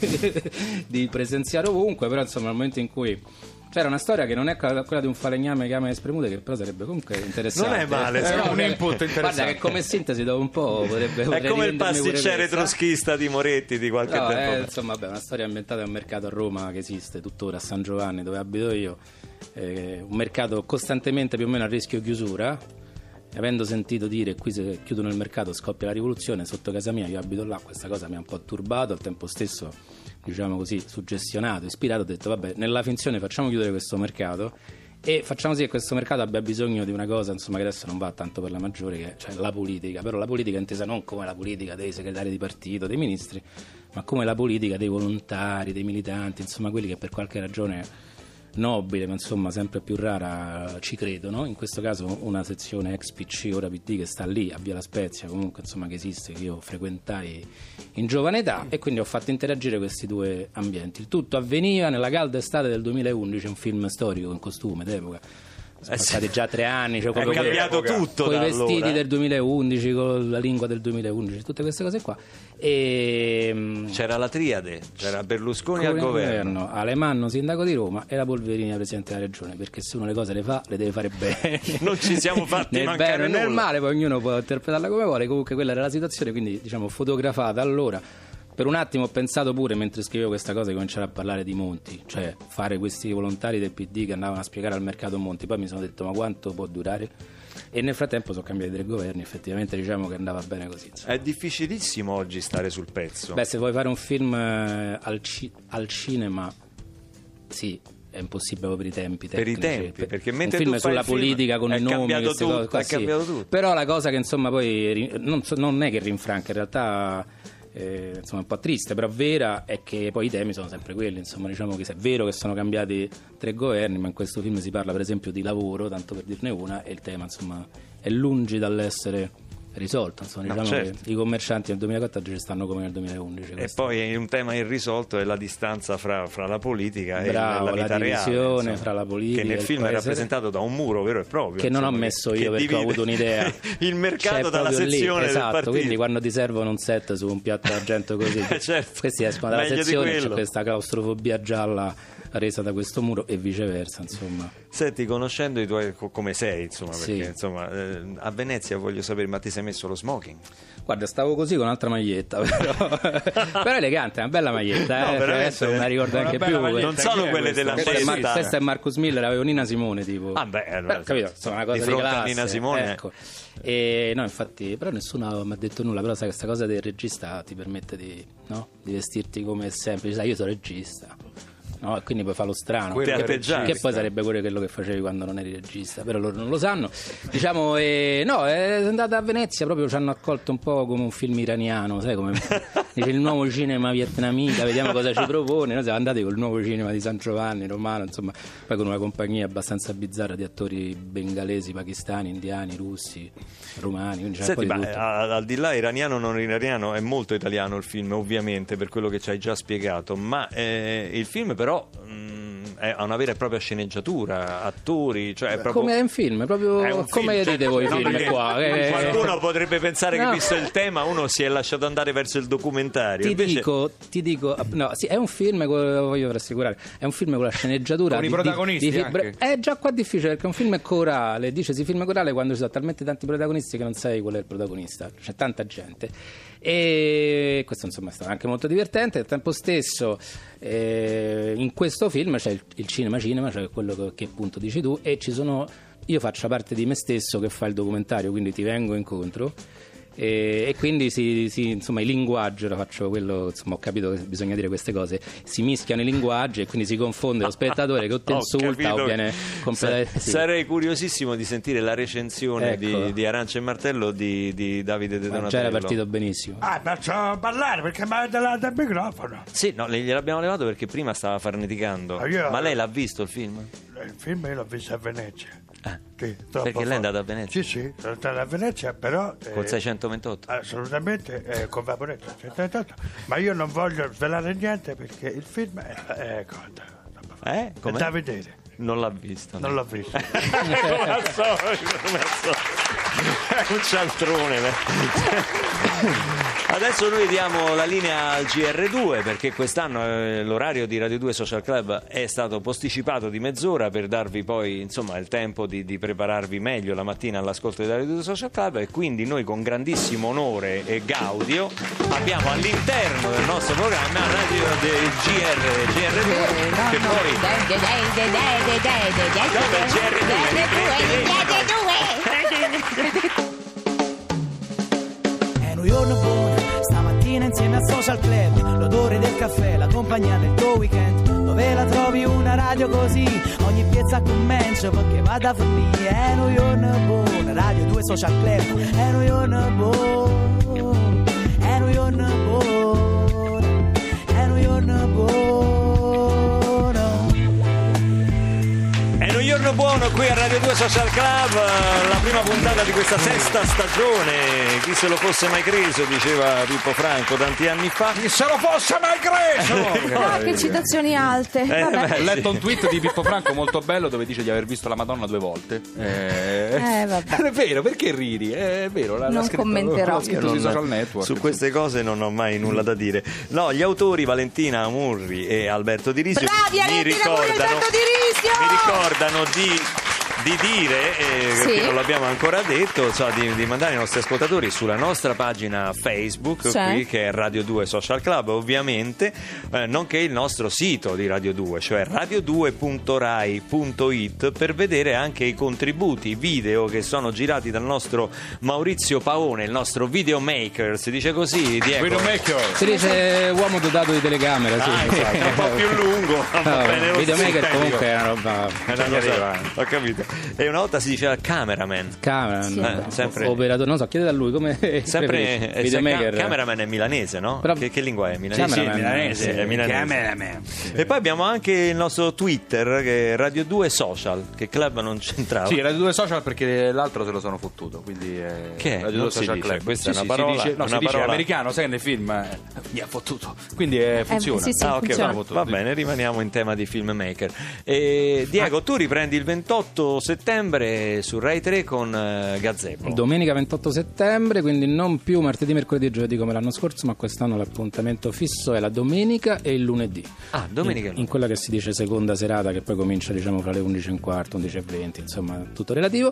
di presenziare ovunque, però insomma nel momento in cui c'era una storia che non è quella quella di un falegname che ama le spremute, che però sarebbe comunque interessante. Non è male, Eh, sì, no, un eh, input interessante. Guarda che come sintesi dopo un po' potrebbe È potrei come il rivendermi pure pasticcere questa. troschista di Moretti di qualche No, tempo è, fa. insomma, vabbè, una storia ambientata a un mercato a Roma che esiste tuttora, a San Giovanni, dove abito io, eh, un mercato costantemente più o meno a rischio chiusura. Avendo sentito dire qui se chiudono il mercato scoppia la rivoluzione, sotto casa mia, io abito là, questa cosa mi ha un po' turbato, al tempo stesso, diciamo così, suggestionato, ispirato, ho detto vabbè, nella finzione facciamo chiudere questo mercato e facciamo sì che questo mercato abbia bisogno di una cosa, insomma, che adesso non va tanto per la maggiore, che è cioè la politica, però la politica è intesa non come la politica dei segretari di partito, dei ministri, ma come la politica dei volontari, dei militanti, insomma quelli che per qualche ragione nobile, ma insomma sempre più rara, ci credono. In questo caso una sezione ex P C, ora P D, che sta lì a Via La Spezia, comunque insomma che esiste, che io frequentai in giovane età, e quindi ho fatto interagire questi due ambienti. Il tutto avveniva nella calda estate del duemilaundici, un film storico in costume d'epoca. Sono Eh sì. passati già tre anni, cioè È cambiato tutto con i da vestiti allora, eh. del duemilaundici, con la lingua del duemilaundici, tutte queste cose qua. E c'era la triade, c'era Berlusconi al governo, Alemanno sindaco di Roma e la Polverini presidente della regione, perché se uno le cose le fa le deve fare bene. Non ci siamo fatti nel mancare bene e nel nulla. male, poi ognuno può interpretarla come vuole. Comunque quella era la situazione, quindi diciamo fotografata allora. Per un attimo ho pensato pure, mentre scrivevo questa cosa, di cominciare a parlare di Monti, cioè fare questi volontari del P D che andavano a spiegare al mercato Monti. Poi mi sono detto, ma quanto può durare? E nel frattempo sono cambiati tre governi, effettivamente diciamo che andava bene così. È difficilissimo oggi stare sul pezzo. Beh, se vuoi fare un film eh, al, ci- al cinema, sì, è impossibile per i tempi Per i tecnici. tempi, perché un mentre film tu fai sulla il film, politica con è i nomi, cambiato queste tutto, cose qua, è sì. cambiato tutto. Però la cosa che insomma poi ri- non, so- non è che rinfranca, in realtà eh, insomma è un po' triste, però vera è che poi i temi sono sempre quelli. Insomma, diciamo che se è vero che sono cambiati tre governi, ma in questo film si parla per esempio di lavoro, tanto per dirne una, e il tema insomma è lungi dall'essere risolto. Insomma, No, diciamo certo. che i commercianti nel duemilaquattordici stanno come nel duemilaundici. E questo. poi un tema irrisolto è la distanza fra, fra la politica Bravo, e la vita la divisione reale, insomma, fra la politica che nel e il film è paese, rappresentato da un muro vero e proprio, che non ho insomma, messo che- io che perché ho divide avuto un'idea. il mercato C'è dalla proprio lì, sezione del esatto, partito. quindi quando ti servono un set su un piatto d'argento così Certo. questi escono dalla Meglio di sezione, c'è quello. questa claustrofobia gialla resa da questo muro e viceversa, insomma. Senti, conoscendo i tuoi co- come sei, insomma, perché Sì. insomma, eh, a Venezia voglio sapere, ma ti sei messo lo smoking? Guarda, stavo così con un'altra maglietta, però, però elegante, è una bella maglietta, No, eh, veramente. adesso non me la ricordo Una neanche bella più. maglietta, Non sono chi è quelle della questa, è Mar- testa. questa è Marcus Miller, avevo Nina Simone tipo. Ah beh, allora, Beh, capito, insomma, una cosa di di, fronte a classe, Nina Simone. ecco. E no, infatti, però nessuno mi ha detto nulla, però sai, questa cosa del regista ti permette di, no? di vestirti come sempre, sai, io sono regista. No, e quindi puoi fare lo strano, Quello che, è regista. che poi sarebbe pure quello che facevi quando non eri regista, però loro non lo sanno. Diciamo, eh, no, è andata a Venezia, proprio ci hanno accolto un po' come un film iraniano, sai, come dice il nuovo cinema vietnamita, vediamo cosa ci propone. Noi siamo andati col nuovo cinema di San Giovanni romano, insomma, poi con una compagnia abbastanza bizzarra di attori bengalesi, pakistani, indiani, russi, romani, quindi c'è Senti, un po' ma di tutto. a- al di là iraniano o non iraniano, è molto italiano il film, ovviamente, per quello che ci hai già spiegato, ma eh, il film però mh, è- ha una vera e propria sceneggiatura, attori, cioè è proprio... Come è un film, è proprio È un come film, dite cioè, voi i no, film perché qua. eh. Qualcuno potrebbe pensare No. che, visto il tema, uno si è lasciato andare verso il documentario. Ti Invece- dico, ti dico, no, sì, è un film, con- voglio rassicurare, è un film con la sceneggiatura. Con i di- di- protagonisti di- anche. È già qua difficile perché è un film corale, dice si film corale quando ci sono talmente tanti protagonisti che non sai qual è il protagonista, c'è tanta gente. E questo insomma è stato anche molto divertente. Al tempo stesso eh, in questo film c'è il, il cinema cinema, cioè quello che, che appunto dici tu, e ci sono, io faccio parte di me stesso che fa il documentario, quindi ti vengo incontro. E, e quindi si, si- insomma, il linguaggio, lo faccio quello, insomma, ho capito che bisogna dire queste cose, si mischiano i linguaggi e quindi si confonde lo spettatore che o ti Ho insulta capito. o viene completamente. Sa- sì. Sarei curiosissimo di sentire la recensione Ecco. di, di Arancia e Martello di, di Davide De Ma Donatello. già era partito benissimo. Ah, faccio parlare perché mi avete dato il microfono. Sì, no, le- gliel'abbiamo levato perché prima stava farneticando. Ah, io- Ma lei l'ha visto il film? Il film io l'ho visto a Venezia. Ah, Sì, troppo perché lei è forte. andata a Venezia? Sì, sì, sono andato a Venezia, però... eh, Col seicentoventotto? Assolutamente, eh, con Vaporetto, centottanta. Ma io non voglio svelare niente perché il film è, è, conta, Eh? è Com'è? da vedere. Non l'ha visto. Non l'ho visto. come al solito, come al solito. È un cialtrone. beh. Adesso noi diamo la linea al G R due perché quest'anno eh, l'orario di Radio due Social Club è stato posticipato di mezz'ora per darvi poi insomma il tempo di, di prepararvi meglio la mattina all'ascolto di Radio due Social Club, e quindi noi con grandissimo onore e gaudio abbiamo all'interno del nostro programma Radio del G R, G R due che poi Vabbè, G R due È un giorno buono, stamattina insieme al Social Club, l'odore del caffè, la compagnia del tuo weekend. Dove la trovi una radio così? Ogni piazza commencia perché vada a finire. È un giorno buono, Radio due Social Club. È un giorno buono, è un giorno buono, è un giorno buono. buono buono qui a Radio due Social Club, la prima puntata di questa sesta stagione. Chi se lo fosse mai creso, diceva Pippo Franco tanti anni fa. Chi se lo fosse mai creso! Ah, che citazioni alte. Eh, Vabbè. beh, Ho letto un tweet di Pippo Franco molto bello dove dice di aver visto la Madonna due volte. Eh, Eh, vabbè. È vero, perché ridi? È vero, l'ha, l'ha Non scritto, commenterò. l'ha scritto Io sui non- social network. su queste cose non ho mai nulla da dire. No, gli autori Valentina Amurri e Alberto Di Risio Bravi, mi Valentina Amurri e ricordano, Alberto Di Risio! mi ricordano di di dire, eh, Sì. perché non l'abbiamo ancora detto, cioè di, di mandare ai nostri ascoltatori sulla nostra pagina Facebook, Sì. qui che è Radio due Social Club ovviamente, eh, nonché il nostro sito di Radio due, cioè radio due punto rai punto it, per vedere anche i contributi video che sono girati dal nostro Maurizio Paone, il nostro videomaker, si dice così, Diego? Videomaker. Si dice uomo dotato di telecamera, sì. Ah, esatto, un po' più lungo, va No, bene lo videomaker stesso. comunque è una roba. È una cosa- ho capito. E una volta si diceva cameraman. Cameraman, Sì. Eh, sempre- operatore, non so, chiede a lui come Sempre preferisce. eh, videomaker. ca- cameraman è milanese, no? Però- che, che lingua è? Milanese? Cameraman, Sì, milanese, sì. è milanese. Cameraman. E poi abbiamo anche il nostro Twitter che è Radio due Social, che club non c'entrava. Sì, Radio due Social perché l'altro se lo sono fottuto, quindi è Che è? Radio Non due si Social dice, Club. questa Sì, è una sì, parola- si dice, no, una si dice parola- americano, sai che nel film eh, mi ha fottuto. Quindi eh, funziona. sì, sì, Ah, ok, funziona. va, va bene, rimaniamo in tema di filmmaker. E, Diego, tu riprendi il ventotto settembre su Rai tre con eh, Gazebo. Domenica ventotto settembre, quindi non più martedì, mercoledì e giovedì come l'anno scorso, ma quest'anno l'appuntamento fisso è la domenica e il lunedì. Ah, domenica e In, in quella che si dice seconda serata, che poi comincia diciamo fra le undici e un quarto, undici e venti, insomma tutto relativo.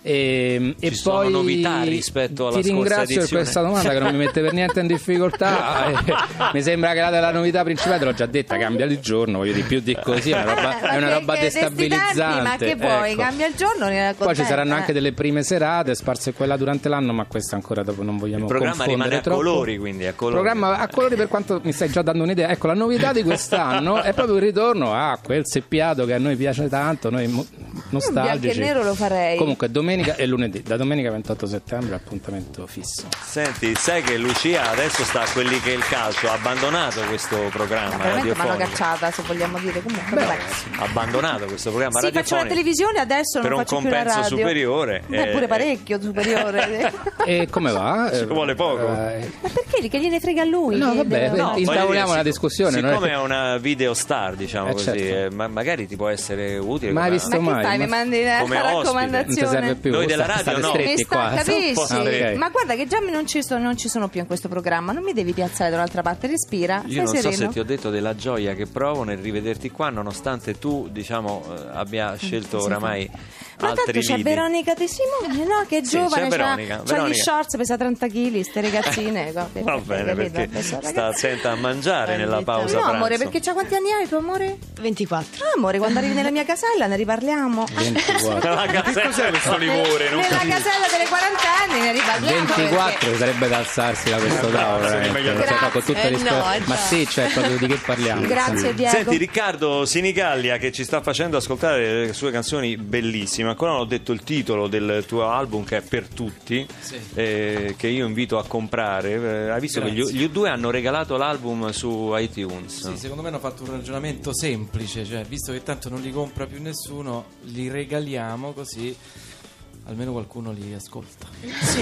E, e Ci sono poi novità rispetto alla ti scorsa ringrazio per edizione. questa domanda che non mi mette per niente in difficoltà. Eh, mi sembra che la della novità principale te l'ho già detta, cambia il giorno, voglio di più di così, è una roba, è una roba Perché questi tempi, destabilizzante. ma che vuoi? ecco. Cambia il giorno, ne Poi ci saranno eh. anche delle prime serate sparse qua e là durante l'anno, ma questo ancora dopo non vogliamo Il programma confondere rimane a troppo. colori, quindi a colori. Programma a colori, per quanto mi stai già dando un'idea. Ecco, la novità di quest'anno è proprio il ritorno a quel seppiato che a noi piace tanto, noi mo- nostalgici. bianco e nero lo farei. Comunque domenica e lunedì, da domenica ventotto settembre appuntamento fisso. Senti, sai che Lucia adesso sta a quelli che è il calcio, ha abbandonato questo programma Veramente mi hanno radiofonico. cacciata, se vogliamo dire. Comunque, vabbè. Ha abbandonato questo programma Sì, faccio la radiofonico televisione adesso, per non un faccio più la compenso radio. superiore. Beh, eh, pure parecchio superiore. E come va? Ci vuole poco. Eh, Ma perché? Che gliene frega a lui? No, Che vabbè, deve- beh, No, instauriamo voglio dire, una discussione. non è- Siccome è una video star, diciamo Eh, così, certo. eh, ma magari ti può essere utile. Mai come- visto Ma che mai, fai? ma- Mi mandi una come ospite. raccomandazione? Non ti serve più. Noi della sta- radio state no. stretti Mi sta, qua. capisci? Ah, ok. Ma guarda che già non ci, sono, non ci sono più in questo programma, non mi devi piazzare dall'altra parte, respira, Io stai non so sereno. se ti ho detto della gioia che provo nel rivederti qua, nonostante tu, diciamo, eh, abbia scelto sì, oramai Ma altri tanto c'è lidi. Veronica De Simone, no? Che è Sì, giovane, c'è c'ha, Veronica, c'ha gli Veronica. shorts, pesa trenta chili, ste ragazzine. Va Vabbè, bene, capito? perché Vabbè, sono sta ragazze. attenta a mangiare nella pausa No, pranzo. amore, perché c'ha quanti anni hai tuo amore? ventiquattro. Ah, amore, quando arrivi nella mia casella ne riparliamo. ventiquattro. La casella- Cos'è questo livore? Non Nella capisco. casella delle quarantenni ne riparliamo. ventiquattro che sarebbe da alzarsi da questo tavolo, veramente. meglio- Cioè, con tutto Eh, rispetto. no, Ma già. sì, cioè, proprio di che parliamo? perché- Grazie Diego. Senti Riccardo Sinigallia che ci sta facendo ascoltare le sue canzoni bellissime. Ancora non ho detto il titolo del tuo album che è Per Tutti, eh, che io invito a comprare. Eh, hai visto Grazie. che gli, gli U due hanno regalato l'album su iTunes? Sì, secondo me hanno fatto un ragionamento semplice, cioè visto che tanto non li compra più nessuno, li regaliamo così almeno qualcuno li ascolta. Sì,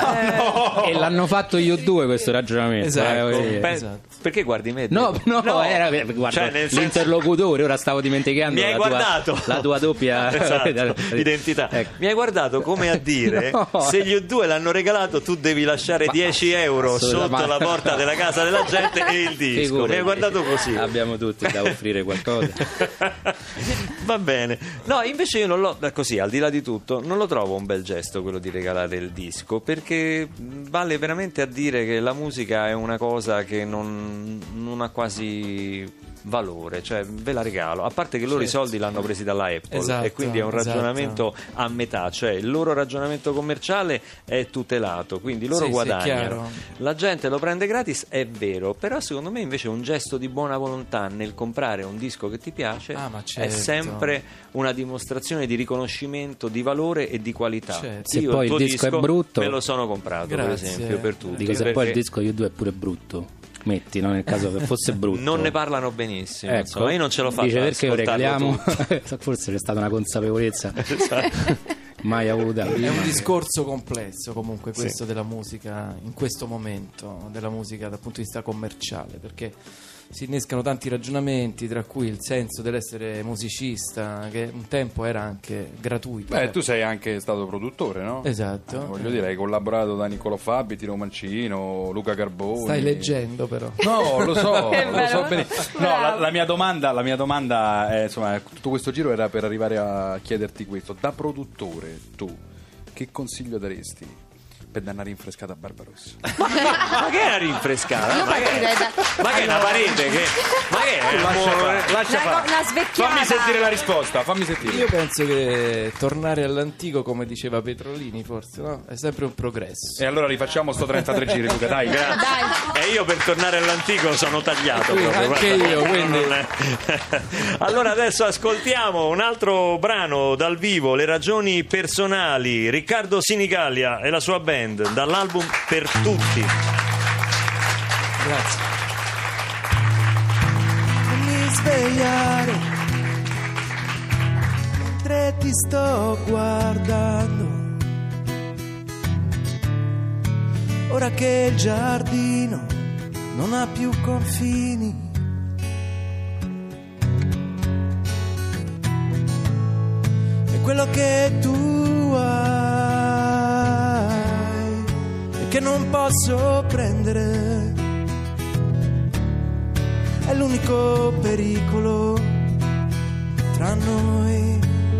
eh, E l'hanno fatto io due questo ragionamento. Esatto. eh, così. Pe- esatto. Perché guardi me? No, no, No. era guarda, Cioè, nel senso- l'interlocutore, ora stavo dimenticando Mi hai la, tua, guardato la tua doppia Esatto, identità. Ecco. Mi hai guardato come a dire No. se gli U due l'hanno regalato tu devi lasciare Ma- dieci euro sotto assolutamente. la porta della casa della gente e il disco. Figurati. Mi hai guardato così. Abbiamo tutti da offrire qualcosa. Va bene. No, invece io non l'ho, così, al di là di tutto, non lo trovo un bel gesto quello di regalare il disco, perché vale veramente a dire che la musica è una cosa che non, non ha quasi valore, cioè ve la regalo, a parte che loro Certo. i soldi l'hanno presi dalla Apple Esatto, e quindi è un esatto. ragionamento a metà, cioè il loro ragionamento commerciale è tutelato, quindi loro Sì, sì, guadagnano, chiaro. la gente lo prende gratis, è vero, però secondo me invece un gesto di buona volontà nel comprare un disco che ti piace Ah, ma è certo. sempre una dimostrazione di riconoscimento di valore e di qualità. Certo. Se Io poi il tuo il disco è disco brutto, me lo sono comprato, Grazie. per esempio, per tutti. dico se perché poi il disco io due è pure brutto. metti, no? Nel caso che fosse brutto. Non ne parlano benissimo, Ecco, insomma, io non ce l'ho fatta. dice perché lo ascoltarlo regaliamo. Forse c'è stata una consapevolezza mai avuta È prima. un discorso complesso comunque questo Sì. della musica in questo momento, della musica dal punto di vista commerciale, perché si innescano tanti ragionamenti, tra cui il senso dell'essere musicista, che un tempo era anche gratuito. Beh, tu sei anche stato produttore, no? Esatto. Eh, voglio dire, hai collaborato da Niccolò Fabi, Tino Mancino, Luca Carboni. Stai leggendo però. No, lo so, È lo vero. so bene. No, la, la mia domanda, la mia domanda è, insomma, tutto questo giro era per arrivare a chiederti questo. Da produttore, tu, che consiglio daresti per dare una rinfrescata a Barbarossa? Ma che è una rinfrescata? Io Ma che, partirei da- ma che è una Allora. parete? Che, ma che è? Lascia Amore? fare, lascia Una, fare. una svecchiata. Fammi sentire la risposta, fammi sentire. Io penso che tornare all'antico, come diceva Petrolini, forse, no? È sempre un progresso. E allora rifacciamo sto trentatré giri, Luca, dai, grazie. Dai. E io per tornare all'antico sono tagliato Sì, proprio, anche guarda. io, quindi- Non è- Allora adesso ascoltiamo un altro brano dal vivo, Le ragioni personali, Riccardo Sinigallia e la sua band, dall'album Per tutti. Grazie. Mi svegliare mentre ti sto guardando, ora che il giardino non ha più confini, e quello che tu hai e che non posso prendere è l'unico pericolo tra noi.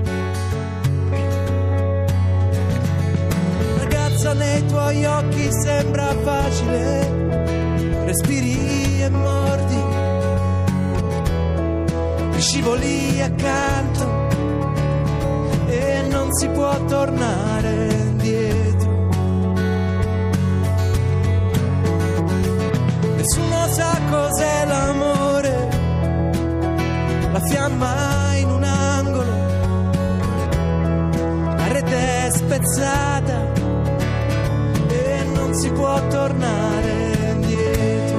Ragazza, nei tuoi occhi sembra facile, respiri e mordi, ti scivoli accanto e non si può tornare indietro. Nessuno sa cos'è l'amore, la fiamma in un angolo, la rete è spezzata e non si può tornare indietro.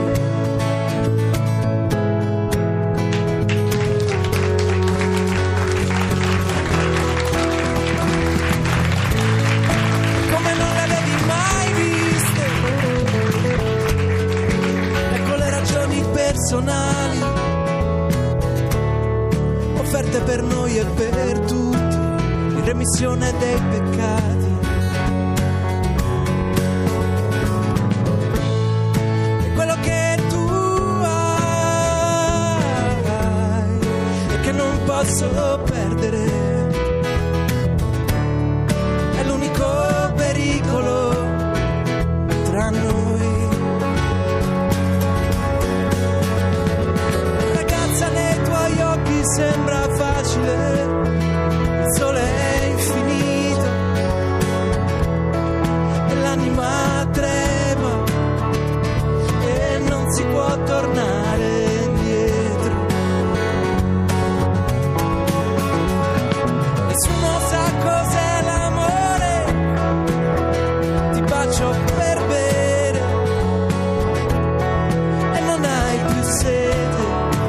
Come non le avevi mai viste, ecco le ragioni personali offerte per noi e per tutti, in remissione dei peccati. E quello che tu hai e che non posso perdere è l'unico pericolo tra noi. Ragazza, nei tuoi occhi sembra facile, il sole è infinito e l'anima trema e non si può tornare indietro. Nessuno sa cos'è l'amore, ti bacio per bere e non hai più sete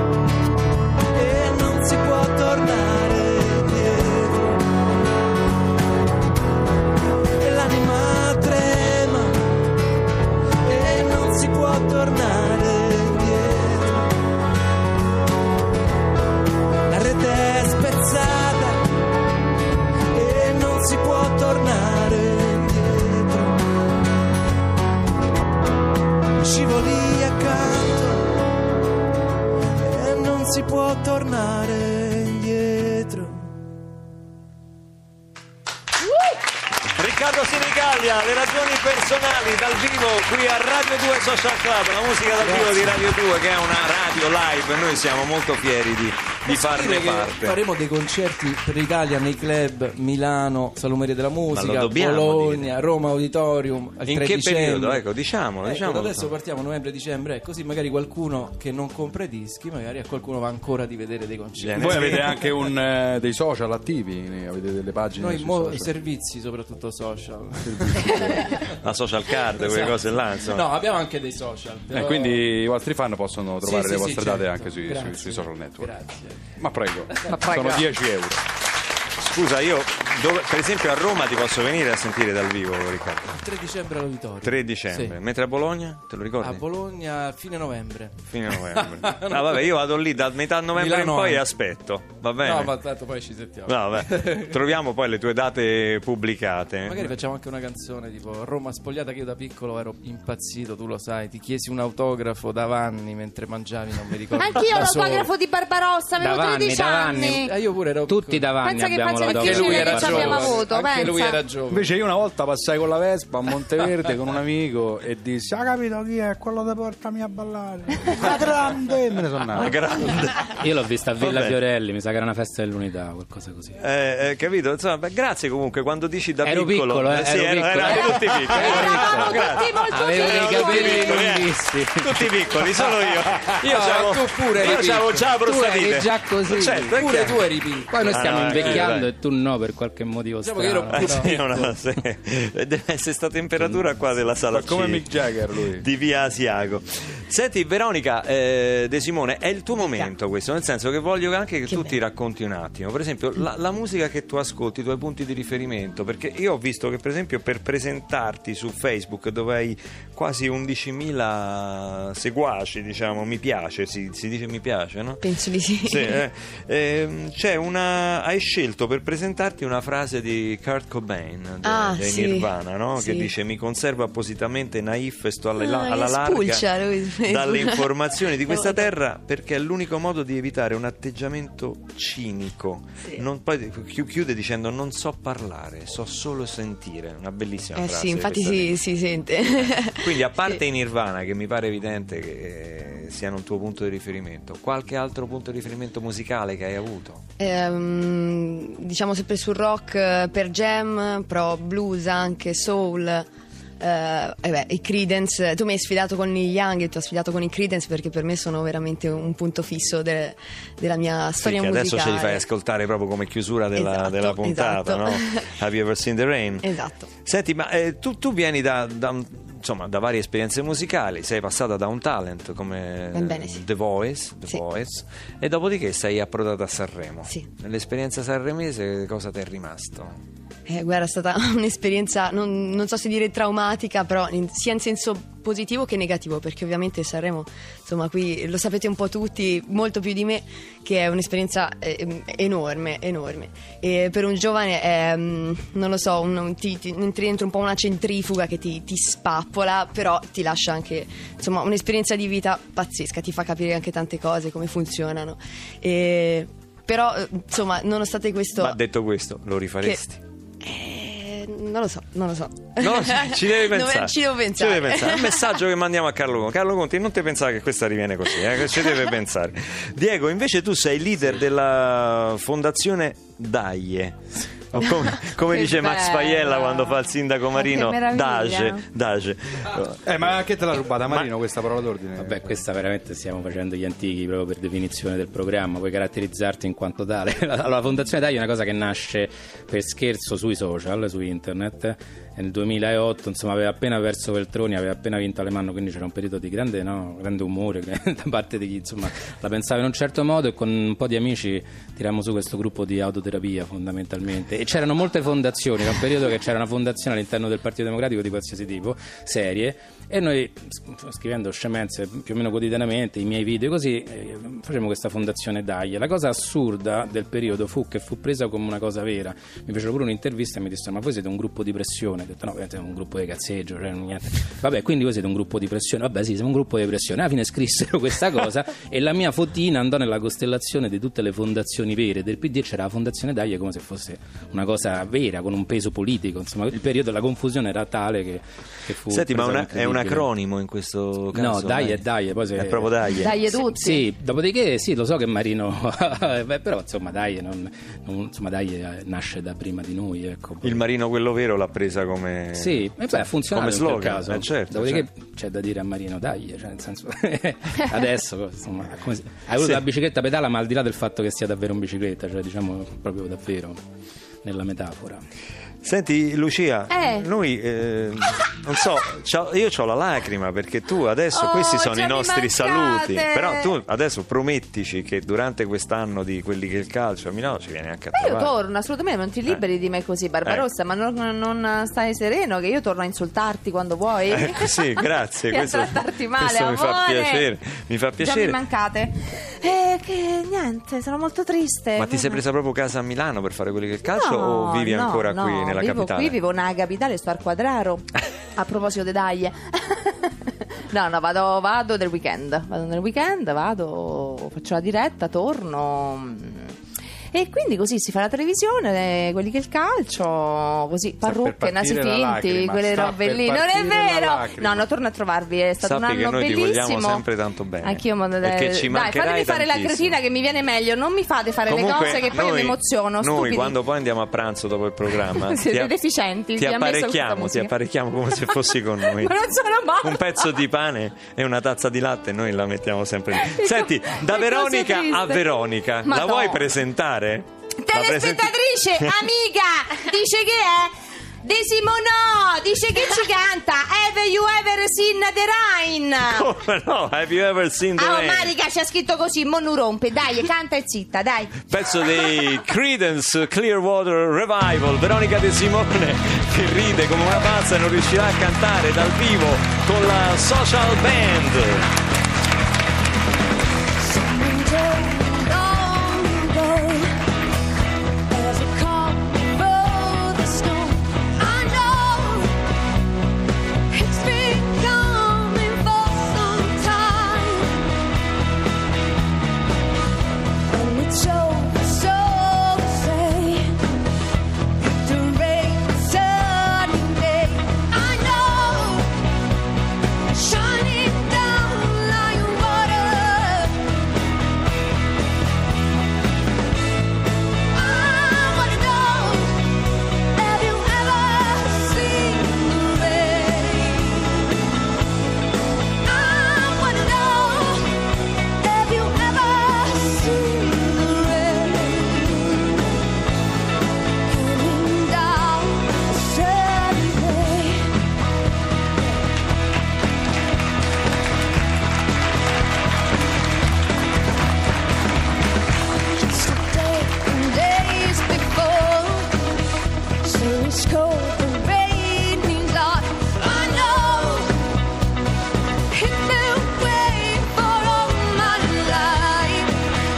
e non si può tornare indietro. E l'anima trema e non si può tornare indietro. La rete è spezzata e non si può tornare indietro. Scivoli accanto e non si può tornare indietro. Riccardo Sinigallia, Le ragioni personali dal vivo qui a Radio due Social Club, la musica dal vivo di Radio due che è una radio live e noi siamo molto fieri di di farne Dire che parte. faremo dei concerti per l'Italia nei club Milano, Salumeria della lo Musica, dobbiamo Bologna, Roma Auditorium al In tre che dicembre. periodo? Ecco, diciamolo, Ecco, diciamolo. adesso partiamo novembre-dicembre, eh, così magari qualcuno che non compra i dischi, magari a qualcuno va ancora di vedere dei concerti. Voi avete anche un, eh, dei social attivi? Avete delle pagine Noi sui mo- social? servizi, soprattutto social. La social card, quelle Esatto. cose là, insomma. No, abbiamo anche dei social. Eh, però- quindi i vostri fan possono trovare Sì, le sì, vostre sì, date certo. anche sui, sui- Grazie. sui social network. Grazie. Ma prego, Ma prego. sono dieci euro. Scusa, io dove- per esempio a Roma ti posso venire a sentire dal vivo, Riccardo. Il tre dicembre all'Auditorio. tre dicembre, Sì. mentre a Bologna, te lo ricordi? A Bologna fine novembre. Fine novembre. Ah, vabbè, io vado lì da metà novembre Milano in poi e anche. aspetto, va bene? No, ma tanto poi ci sentiamo. No, vabbè. Troviamo poi le tue date pubblicate. Magari facciamo anche una canzone tipo Roma spogliata, che io da piccolo ero impazzito, tu lo sai, ti chiesi un autografo da Vanni mentre mangiavi, non mi ricordo. Anch'io ho da solo. l'autografo di Barbarossa, avevo Da Vanni, tredici da anni. Vanni. Eh, io pure ero Tutti davanti Pensa che abbiamo faccia l'autografo. Anche lui difficile era che ci abbiamo giovane. avuto, Anche pensa. lui era giovane. Invece io una volta passai con la Vespa a Monteverde con un amico e dissi: ha capito chi è? Quello che portami a ballare. La grande! Me ne sono andato. La grande. Io l'ho vista a Villa Vabbè. Fiorelli, mi sa che era una festa dell'unità, qualcosa così. Eh, eh, capito? Insomma, beh, grazie comunque quando dici da Ero piccolo. piccolo, eh, sì, ero ero- piccolo. eravate tutti piccoli. Eravamo Grazie. tutti molto Avevo dei piccoli. capelli piccoli, eh. lunghissimi. Tutti piccoli, solo io. Io No, c'avevo, tu pure eri io c'avevo già la Tu prostatite. eri già così. Certo, è Pure chiaro. tu eri piccolo. Poi noi Ah, stiamo no, invecchiando eh, e tu no, per qualche motivo Diciamo che ero strano. più- Sì, no, sì. Deve essere sta temperatura qua della sala Ma come C Mick Jagger lui. di via Asiago. Senti Veronica eh, De Simone, è il tuo momento questo, nel senso che voglio anche che, Che tu bello. ti racconti un attimo, per esempio la, la musica che tu ascolti, i tuoi punti di riferimento, perché io ho visto che per esempio per presentarti su Facebook dove hai quasi undicimila seguaci, diciamo, mi piace, si, si dice mi piace, no? Penso di sì. Sì, eh, ehm, c'è una, hai scelto per presentarti una frase di Kurt Cobain de- Ah, dei sì. Nirvana, no? Sì. Che dice: mi conservo appositamente naif e sto alla, Ah, alla che larga spulcia lui su Facebook. dalle informazioni di questa Guarda. terra, perché è l'unico modo di evitare un atteggiamento cinico. Sì. Non- poi chi- chiude dicendo: non so parlare, so solo sentire. Una bellissima Eh frase. sì, infatti questa si, qui. si sente. Quindi a parte Sì. i Nirvana, che mi pare evidente che eh, siano un tuo punto di riferimento, qualche altro punto di riferimento musicale che hai avuto? Ehm, diciamo sempre sul rock, eh, per jam, però blues anche, soul. eh, e beh, i Creedence. Tu mi hai sfidato con i Young e tu hai sfidato con i Creedence, perché per me sono veramente un punto fisso de- della mia Sì, storia che musicale. adesso ce li fai ascoltare proprio come chiusura della, Esatto, della puntata, esatto. no? Have you ever seen the rain? Esatto. Senti, ma eh, tu, tu vieni da, da un- insomma, da varie esperienze musicali, sei passata da un talent come Ebbene, sì. The Voice, The Sì. Voice, e dopodiché sei approdata a Sanremo. Sì. Nell'esperienza sanremese cosa ti è rimasto? Eh, guarda, è stata un'esperienza, non, non so se dire traumatica, però in- sia in senso positivo che negativo, perché ovviamente Sanremo, insomma, qui lo sapete un po' tutti, molto più di me, che è un'esperienza eh, enorme, enorme. E per un giovane è, mm, non lo so, un- ti, ti entri dentro un po' una centrifuga che ti, ti spappola, però ti lascia anche, insomma, un'esperienza di vita pazzesca, ti fa capire anche tante cose, come funzionano. E, però, eh, insomma, nonostante questo... Ma detto questo, lo rifaresti? Eh, non lo so, non lo so. No, ci devi Non- pensare. ci devo pensare. Ci devi pensare. È un messaggio che mandiamo a Carlo Conti. Carlo Conti, non ti pensare che questa riviene così, eh, che ci deve pensare. Diego, invece tu sei leader della fondazione Daie. O come, come Che dice Max bello. Paiella quando fa il sindaco Marino, che meraviglia. Dage, Dage. Eh, ma che te l'ha rubata Marino questa parola d'ordine? Vabbè, questa veramente stiamo facendo gli antichi proprio per definizione del programma, puoi caratterizzarti in quanto tale. Allora, la Fondazione Dai è una cosa che nasce per scherzo sui social, su internet. Nel duemilaotto, insomma, aveva appena perso Veltroni, aveva appena vinto Alemanno, quindi c'era un periodo di grande, no, grande umore da parte di chi, insomma, la pensava in un certo modo, e con un po' di amici tirammo su questo gruppo di autoterapia fondamentalmente. E c'erano molte fondazioni, era un periodo che c'era una fondazione all'interno del Partito Democratico di qualsiasi tipo, serie, e noi scrivendo scemenze più o meno quotidianamente, i miei video così, eh, facevamo questa fondazione Dai. La cosa assurda del periodo fu che fu presa come una cosa vera. Mi fecero pure un'intervista e mi dissero: ma voi siete un gruppo di pressione? Ho detto: no, siete un gruppo di cazzeggio, cioè niente. Vabbè, quindi voi siete un gruppo di pressione? Vabbè, sì, siamo un gruppo di pressione. Alla fine scrissero questa cosa e la mia fotina andò nella costellazione di tutte le fondazioni vere del P D, e c'era la fondazione Dai come se fosse una cosa vera, con un peso politico. Insomma, il periodo della confusione era tale che, che fu. Senti, ma una, è un incredibile. acronimo in questo caso? No, dai e dai, poi se... È proprio dai. Dai tutti. Sì, dopodiché sì, lo so che Marino, beh, però insomma dai, non, non, insomma dai nasce da prima di noi, ecco. Il Marino quello vero l'ha presa come sì, e beh, ha funzionato come in quel slogan, caso. eh, certo, Dopodiché certo. c'è da dire a Marino dai, cioè nel senso adesso insomma, come se- hai avuto Sì. la bicicletta pedala, ma al di là del fatto che sia davvero in bicicletta, cioè diciamo proprio davvero nella metafora. Senti Lucia, Eh. noi eh, non so, c'ho- io ho la lacrima perché tu adesso Oh, questi sono già i mi nostri mancate. saluti, però tu adesso promettici che durante quest'anno di quelli che il calcio a Milano ci vieni anche a Eh, io trovare. torno, assolutamente, non ti liberi di me così, Barbarossa, ma non, non stai sereno che io torno a insultarti quando vuoi. Ecco, sì, grazie, E a questo, trattarti male, questo mi fa amore. piacere, mi fa Già mi piacere. mancate. Eh, che niente, sono molto triste. Ma ti sei presa proprio casa a Milano per fare quelli che il calcio No, o vivi no, ancora no, qui nella vivo capitale? Qui vivo nella capitale, sto al Quadraro. A proposito dei dai. No, no, vado, vado del weekend. Vado nel weekend, vado, faccio la diretta, torno. E quindi così si fa la televisione, quelli che il calcio, così parrucche, nasi partire la finti, lacrima, quelle sta robe per lì. Non è partire la vero! lacrima. No, no, torno a trovarvi, è stato Sappi un che anno noi ti bellissimo. vogliamo sempre tanto bene. Anch'io, ma- Perché ci dai, mancherai fatemi fare la tantissimo. cretina che mi viene meglio, non mi fate fare Comunque, le cose che poi io noi- mi emoziono. Noi stupidi. quando poi andiamo a pranzo dopo il programma Siete ti, deficienti, ti vi ha messo questa apparecchiamo, ti musica. apparecchiamo come se fossi con noi. Ma non sono morta. Un pezzo di pane e una tazza di latte noi la mettiamo sempre lì. Senti, da Che Veronica cosa triste. a Veronica, la Madonna. vuoi presentare? La presenti- Telespettatrice, amica, dice che è De Simonò, dice che ci canta Have you ever seen the rain? Come no? Have you ever seen the Ah, oh, rain? Marica c'ha scritto così, mo non rompe, dai, canta e zitta, dai. Pezzo dei Creedence Clearwater Revival, Veronica De Simone che ride come una pazza e non riuscirà a cantare dal vivo con la Social Band. Shining down like water. I wanna know, have you ever seen the rain? I wanna know, have you ever seen the rain? Coming down a sunny day. Yesterday and days before, so it's cold and raining hard. I know it's been waiting for all my life.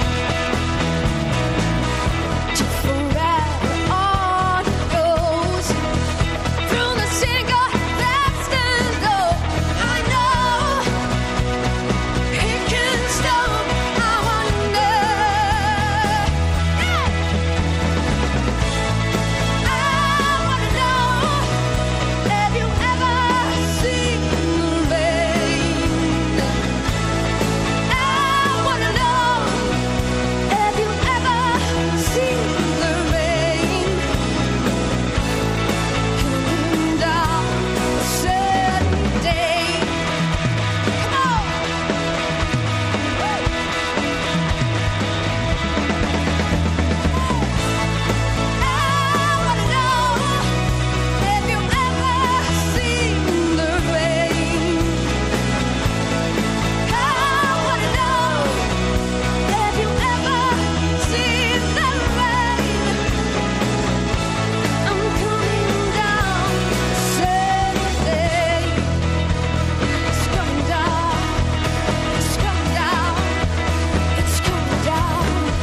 To forever on it goes, through the single fast and low. I know it can stop. I wonder. I wanna know, have you ever seen the rain? I wanna know, have you ever seen the rain? Coming down a certain day. Come on. I wanna know, have you ever seen the rain? I wanna know, have you ever seen the rain? I'm coming down Saturday. It's coming down, it's coming down, it's coming down.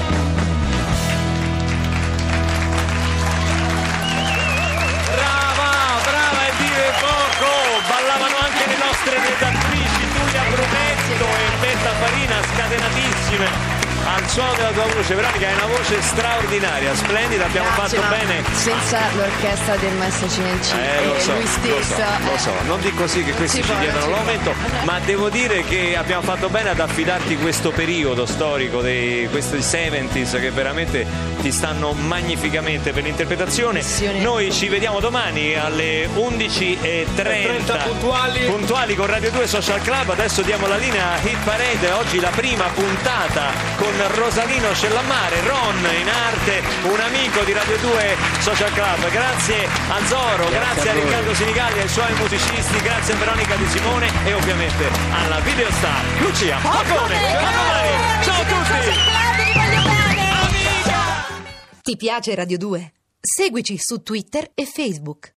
Brava, brava e dire poco! Ballavano anche le nostre redattrici Giulia Brunetto e Betta Farina, scatenatissime. al suono della tua voce. Veronica, hai una voce straordinaria, splendida, abbiamo Grazie, fatto ma bene. senza l'orchestra del maestro Cinelci Eh, e lo so, lui lo stesso so, lo eh. so, non dico così che questi Si ci può, chiedono si può. l'aumento, ma devo dire che abbiamo fatto bene ad affidarti questo periodo storico dei questi seventies che veramente ti stanno magnificamente per l'interpretazione. Missione. Noi ci vediamo domani alle undici e trenta puntuali. puntuali con Radio due Social Club. Adesso diamo la linea a Hit Parade, oggi la prima puntata con Rosalino Cellammare, Ron in arte, un amico di Radio due Social Club. Grazie a Zoro, grazie, grazie a, a Riccardo Sinigalli e ai suoi musicisti, grazie a Veronica Di Simone e ovviamente alla videostar Lucia Falcone. A domani. Ciao a tutti. Ti piace Radio due? Seguici su Twitter e Facebook.